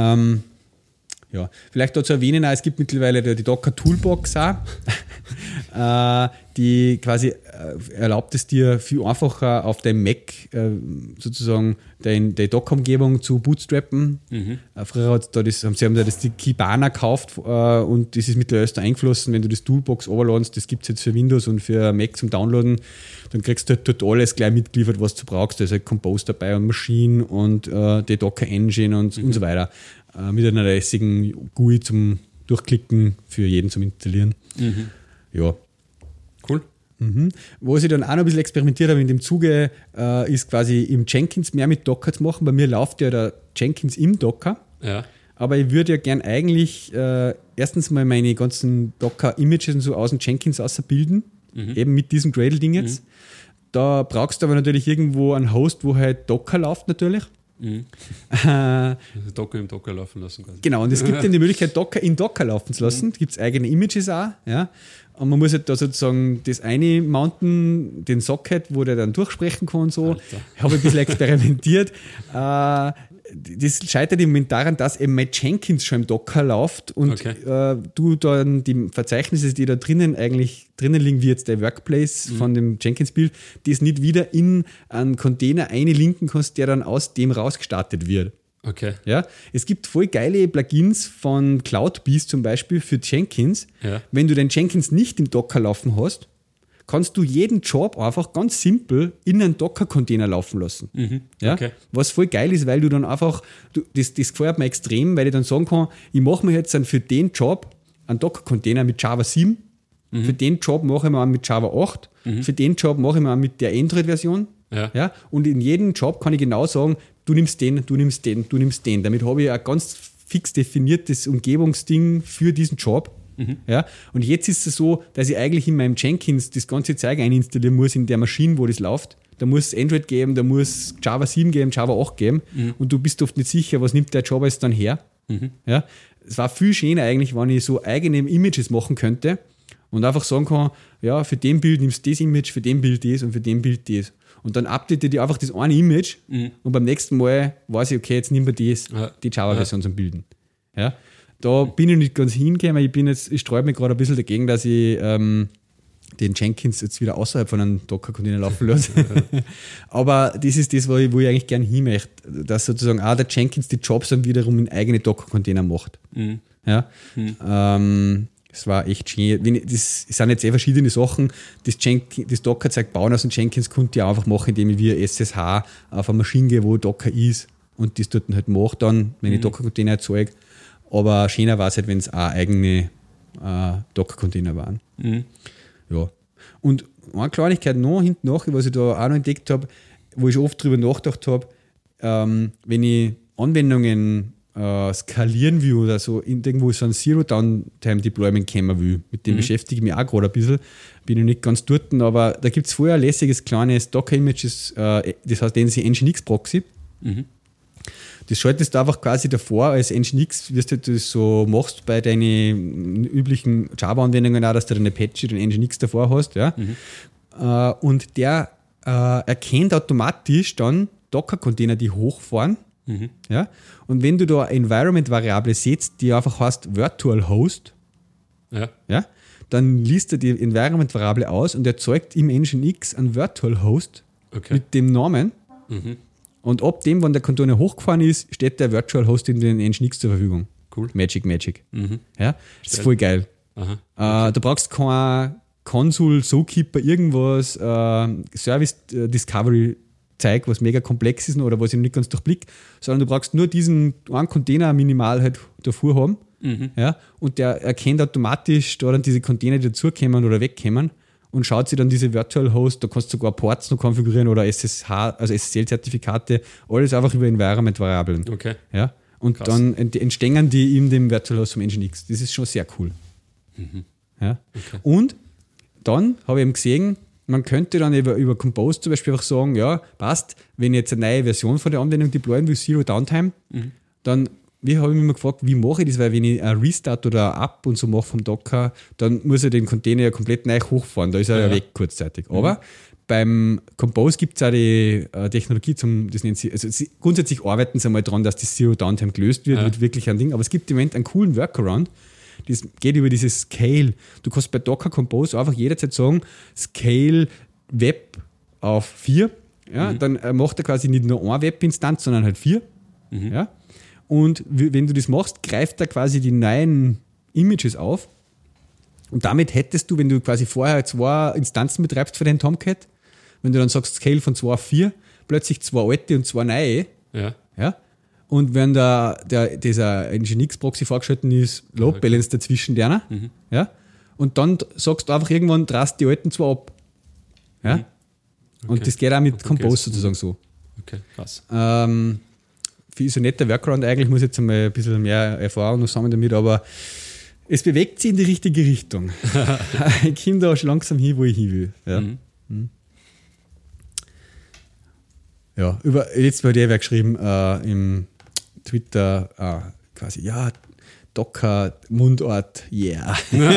Ja, vielleicht dazu erwähnen, es gibt mittlerweile die Docker Toolbox auch. die quasi erlaubt es dir viel einfacher auf deinem Mac sozusagen deine Docker-Umgebung zu bootstrappen. Früher haben sie da die Kibana gekauft und das ist mittlerweile da eingeflossen, wenn du das Toolbox overladest, das gibt es jetzt für Windows und für Mac zum Downloaden, dann kriegst du halt dort alles gleich mitgeliefert, was du brauchst. Da ist halt Compose dabei und Machine und die Docker-Engine und so weiter. Mit einer lässigen GUI zum Durchklicken für jeden zum Installieren. Ja.
Cool.
Was ich dann auch noch ein bisschen experimentiert habe in dem Zuge, ist quasi im Jenkins mehr mit Docker zu machen. Bei mir läuft ja der Jenkins im Docker.
Ja.
Aber ich würde ja gern eigentlich erstens mal meine ganzen Docker-Images und so aus dem Jenkins ausbilden. Eben mit diesem Gradle-Ding jetzt. Da brauchst du aber natürlich irgendwo einen Host, wo halt Docker läuft natürlich.
Docker im Docker laufen lassen quasi.
Genau, und es gibt dann die Möglichkeit, Docker in Docker laufen zu lassen. Da gibt es eigene Images auch. Ja. Und man muss halt da sozusagen das eine mounten, den Socket, wo der dann durchsprechen kann und so. Ich habe ein bisschen experimentiert. Das scheitert im Moment daran, dass eben mein Jenkins schon im Docker läuft und du dann die Verzeichnisse, die da drinnen liegen, wie jetzt der Workplace von dem Jenkins-Bild, das nicht wieder in einen Container einlinken kannst, der dann aus dem rausgestartet wird.
Okay.
Ja, es gibt voll geile Plugins von CloudBeast zum Beispiel für Jenkins.
Ja.
Wenn du den Jenkins nicht im Docker laufen hast, kannst du jeden Job einfach ganz simpel in einen Docker-Container laufen lassen. Ja?
Okay.
Was voll geil ist, weil du dann einfach, das gefällt mir extrem, weil ich dann sagen kann, ich mache mir jetzt dann für den Job einen Docker-Container mit Java 7, für den Job mache ich mir einen mit Java 8, für den Job mache ich mir einen mit der Android-Version. Ja? Und in jedem Job kann ich genau sagen, du nimmst den, du nimmst den, du nimmst den. Damit habe ich ein ganz fix definiertes Umgebungsding für diesen Job. Ja? Und jetzt ist es so, dass ich eigentlich in meinem Jenkins das ganze Zeug einstallieren muss in der Maschine, wo das läuft. Da muss es Android geben, da muss Java 7 geben, Java 8 geben. Und du bist oft nicht sicher, was nimmt der Java jetzt dann her. Ja? Es war viel schöner eigentlich, wenn ich so eigene Images machen könnte und einfach sagen kann, ja, für den Bild nimmst du das Image, für den Bild das und für den Bild das. Und dann update ich einfach das eine Image und beim nächsten Mal weiß ich, okay, jetzt nehmen wir das, die Java-Version zum Bilden. Ja? Da bin ich nicht ganz hingekommen. Ich sträube mich gerade ein bisschen dagegen, dass ich den Jenkins jetzt wieder außerhalb von einem Docker-Container laufen lasse. Aber das ist das, wo ich eigentlich gerne hin möchte, dass sozusagen auch der Jenkins die Jobs dann wiederum in eigene Docker-Container macht. Ja? Das war echt schön. Das sind jetzt verschiedene Sachen. Das Docker-Zeug bauen aus dem Jenkins konnte ich auch einfach machen, indem ich via SSH auf eine Maschine gehe, wo Docker ist und das dort halt mache dann, wenn ich Docker-Container erzeuge. Aber schöner war es halt, wenn es auch eigene Docker-Container waren. Ja. Und eine Kleinigkeit noch hinten nach, was ich da auch noch entdeckt habe, wo ich oft drüber nachgedacht habe, wenn ich Anwendungen skalieren will oder so, irgendwo so ein Zero-Downtime-Deployment kommen will. Mit dem beschäftige ich mich auch gerade ein bisschen. Bin noch nicht ganz dort, aber da gibt es vorher ein lässiges kleines Docker-Images, das heißt, nennen sie Nginx-Proxy. Das schaltest du einfach quasi davor als Nginx, wie du das so machst bei deinen üblichen Java-Anwendungen auch, dass du eine Apache, den Nginx davor hast. Ja? Und der erkennt automatisch dann Docker-Container, die hochfahren. Ja? Und wenn du da eine Environment-Variable setzt, die einfach heißt Virtual Host, ja? Dann liest er die Environment-Variable aus und erzeugt im Nginx einen Virtual Host mit dem Namen. Und ab dem, wenn der Container hochgefahren ist, steht der Virtual Host in den Nginx zur Verfügung.
Cool.
Magic. Ja? Das ist voll geil. Du brauchst kein Console, Zookeeper, irgendwas, Service Discovery Zeug, was mega komplex ist oder was ich noch nicht ganz durchblick, sondern du brauchst nur diesen einen Container minimal halt davor haben. Ja? Und der erkennt automatisch da dann diese Container, die dazukommen oder wegkommen und schaut sich dann diese Virtual Host, da kannst du sogar Ports noch konfigurieren oder SSH, also SSL-Zertifikate, alles einfach über Environment-Variablen. Ja? Und krass. Dann entstehen die in dem Virtual Host vom Nginx. Das ist schon sehr cool. Ja? Und dann habe ich eben gesehen, man könnte dann über Compose zum Beispiel einfach sagen, ja, passt, wenn ich jetzt eine neue Version von der Anwendung deployen will, Zero Downtime, dann habe ich mich immer gefragt, wie mache ich das, weil wenn ich ein Restart oder ein Up und so mache vom Docker, dann muss er den Container ja komplett neu hochfahren, da ist er ja weg kurzzeitig. Aber beim Compose gibt es auch die Technologie das nennt sie, also grundsätzlich arbeiten sie einmal dran, dass das Zero Downtime gelöst wird, wird wirklich ein Ding, aber es gibt im Moment einen coolen Workaround, Das geht über dieses Scale. Du kannst bei Docker Compose einfach jederzeit sagen, Scale Web auf 4. Ja, dann macht er quasi nicht nur eine Webinstanz, sondern halt 4. Ja? Und wenn du das machst, greift er quasi die neuen Images auf. Und damit hättest du, wenn du quasi vorher 2 Instanzen betreibst für den Tomcat, wenn du dann sagst Scale von 2 auf 4, plötzlich 2 alte und 2 neue. Ja? Und wenn dieser Nginx-Proxy vorgeschalten ist, Load Balance dazwischen deiner. Ja? Und dann sagst du einfach irgendwann, drast die alten 2 ab. Ja? Okay. Und das geht auch mit Compose sozusagen so.
Okay, krass.
Ist ein netter Workaround eigentlich, muss jetzt einmal ein bisschen mehr Erfahrung noch sammeln damit, aber es bewegt sich in die richtige Richtung. Ich komme da schon langsam hin, wo ich hin will. Ja, ja jetzt bei der wer geschrieben im Twitter quasi, ja, Docker, Mundart, yeah.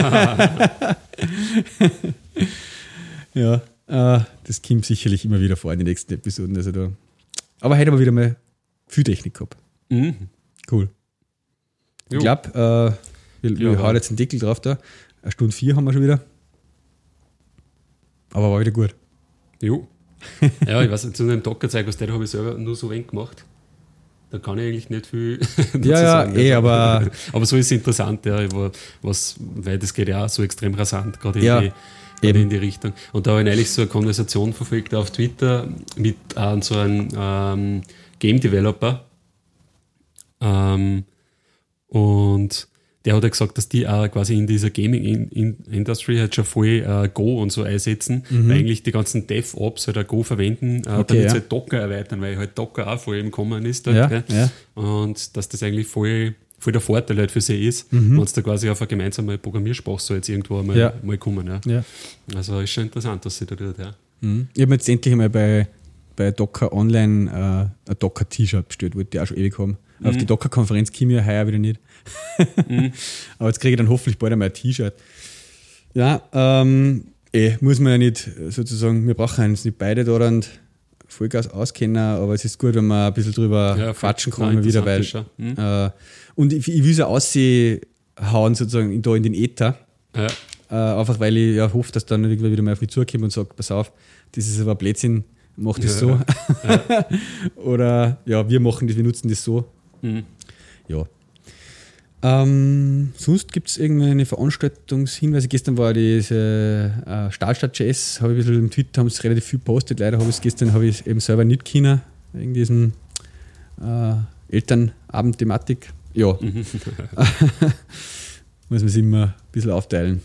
Ja, das kommt sicherlich immer wieder vor in den nächsten Episoden. Also da. Aber heute haben wir wieder mal viel Technik gehabt. Cool. Ich glaube, wir hauen jetzt einen Deckel drauf da. 1 Stunde 4 haben wir schon wieder. Aber war wieder gut.
Jo. Ja, ich weiß nicht, zu einem Docker-Zeug, was der habe ich selber nur so wenig gemacht. Da kann ich eigentlich nicht viel dazu sagen. Aber so ist es interessant, ja, weil das geht ja auch so extrem rasant, gerade in die Richtung. Und da habe ich neulich so eine Konversation verfolgt auf Twitter mit so einem Game Developer. Und der hat ja gesagt, dass die auch quasi in dieser Gaming-Industry halt schon voll Go und so einsetzen, weil eigentlich die ganzen DevOps halt auch Go verwenden, damit sie halt Docker erweitern, weil halt Docker auch voll im Kommen ist. Dort, und dass das eigentlich voll der Vorteil halt für sie ist, wenn sie da quasi auf eine gemeinsame Programmiersprache so jetzt irgendwo mal kommen. Ja. Also ist schon interessant, dass sie da tut. Ja.
Ich habe jetzt endlich einmal bei Docker Online ein Docker-T-Shirt bestellt, wollte ich auch schon ewig haben. Auf die Docker-Konferenz komme ich ja heuer wieder nicht. Aber jetzt kriege ich dann hoffentlich bald einmal ein T-Shirt. Ja, muss man ja nicht sozusagen, wir brauchen uns nicht beide da dann Vollgas auskennen, aber es ist gut, wenn man ein bisschen drüber quatschen kann immer wieder, weil und ich will es ja aushauen sozusagen da in den Äther. Einfach weil ich ja hoffe, dass dann irgendwann wieder mal auf mich zukommt und sagt, pass auf, das ist aber Blödsinn, mach das so. Oder ja, wir machen das, wir nutzen das so. Ja. Sonst gibt es irgendeine Veranstaltungshinweise. Gestern war diese Stahlstadt.js, habe ich ein bisschen im Twitter, haben es relativ viel postet. Leider habe ich es gestern eben selber nicht können, wegen diesem Elternabend-Thematik. Ja. Muss man sich immer ein bisschen aufteilen.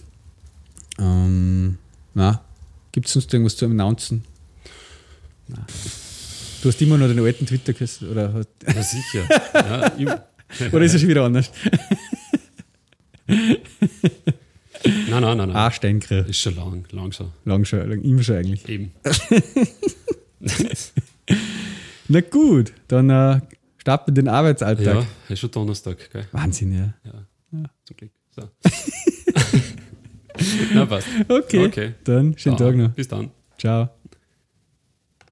Gibt es sonst irgendwas zu announcen? Nein. Du hast immer noch den alten Twitter gekriegt, oder?
Ja, sicher. Ja,
oder ist er schon wieder anders?
Nein.
Steinkrieg.
Ist schon lang so.
Immer schon eigentlich.
Eben.
Na gut, dann starten wir den Arbeitsalltag.
Ja, ist schon Donnerstag, gell?
Wahnsinn, ja.
Zum Glück. So. Na, passt.
Okay, dann schönen Tag noch.
Bis dann.
Ciao.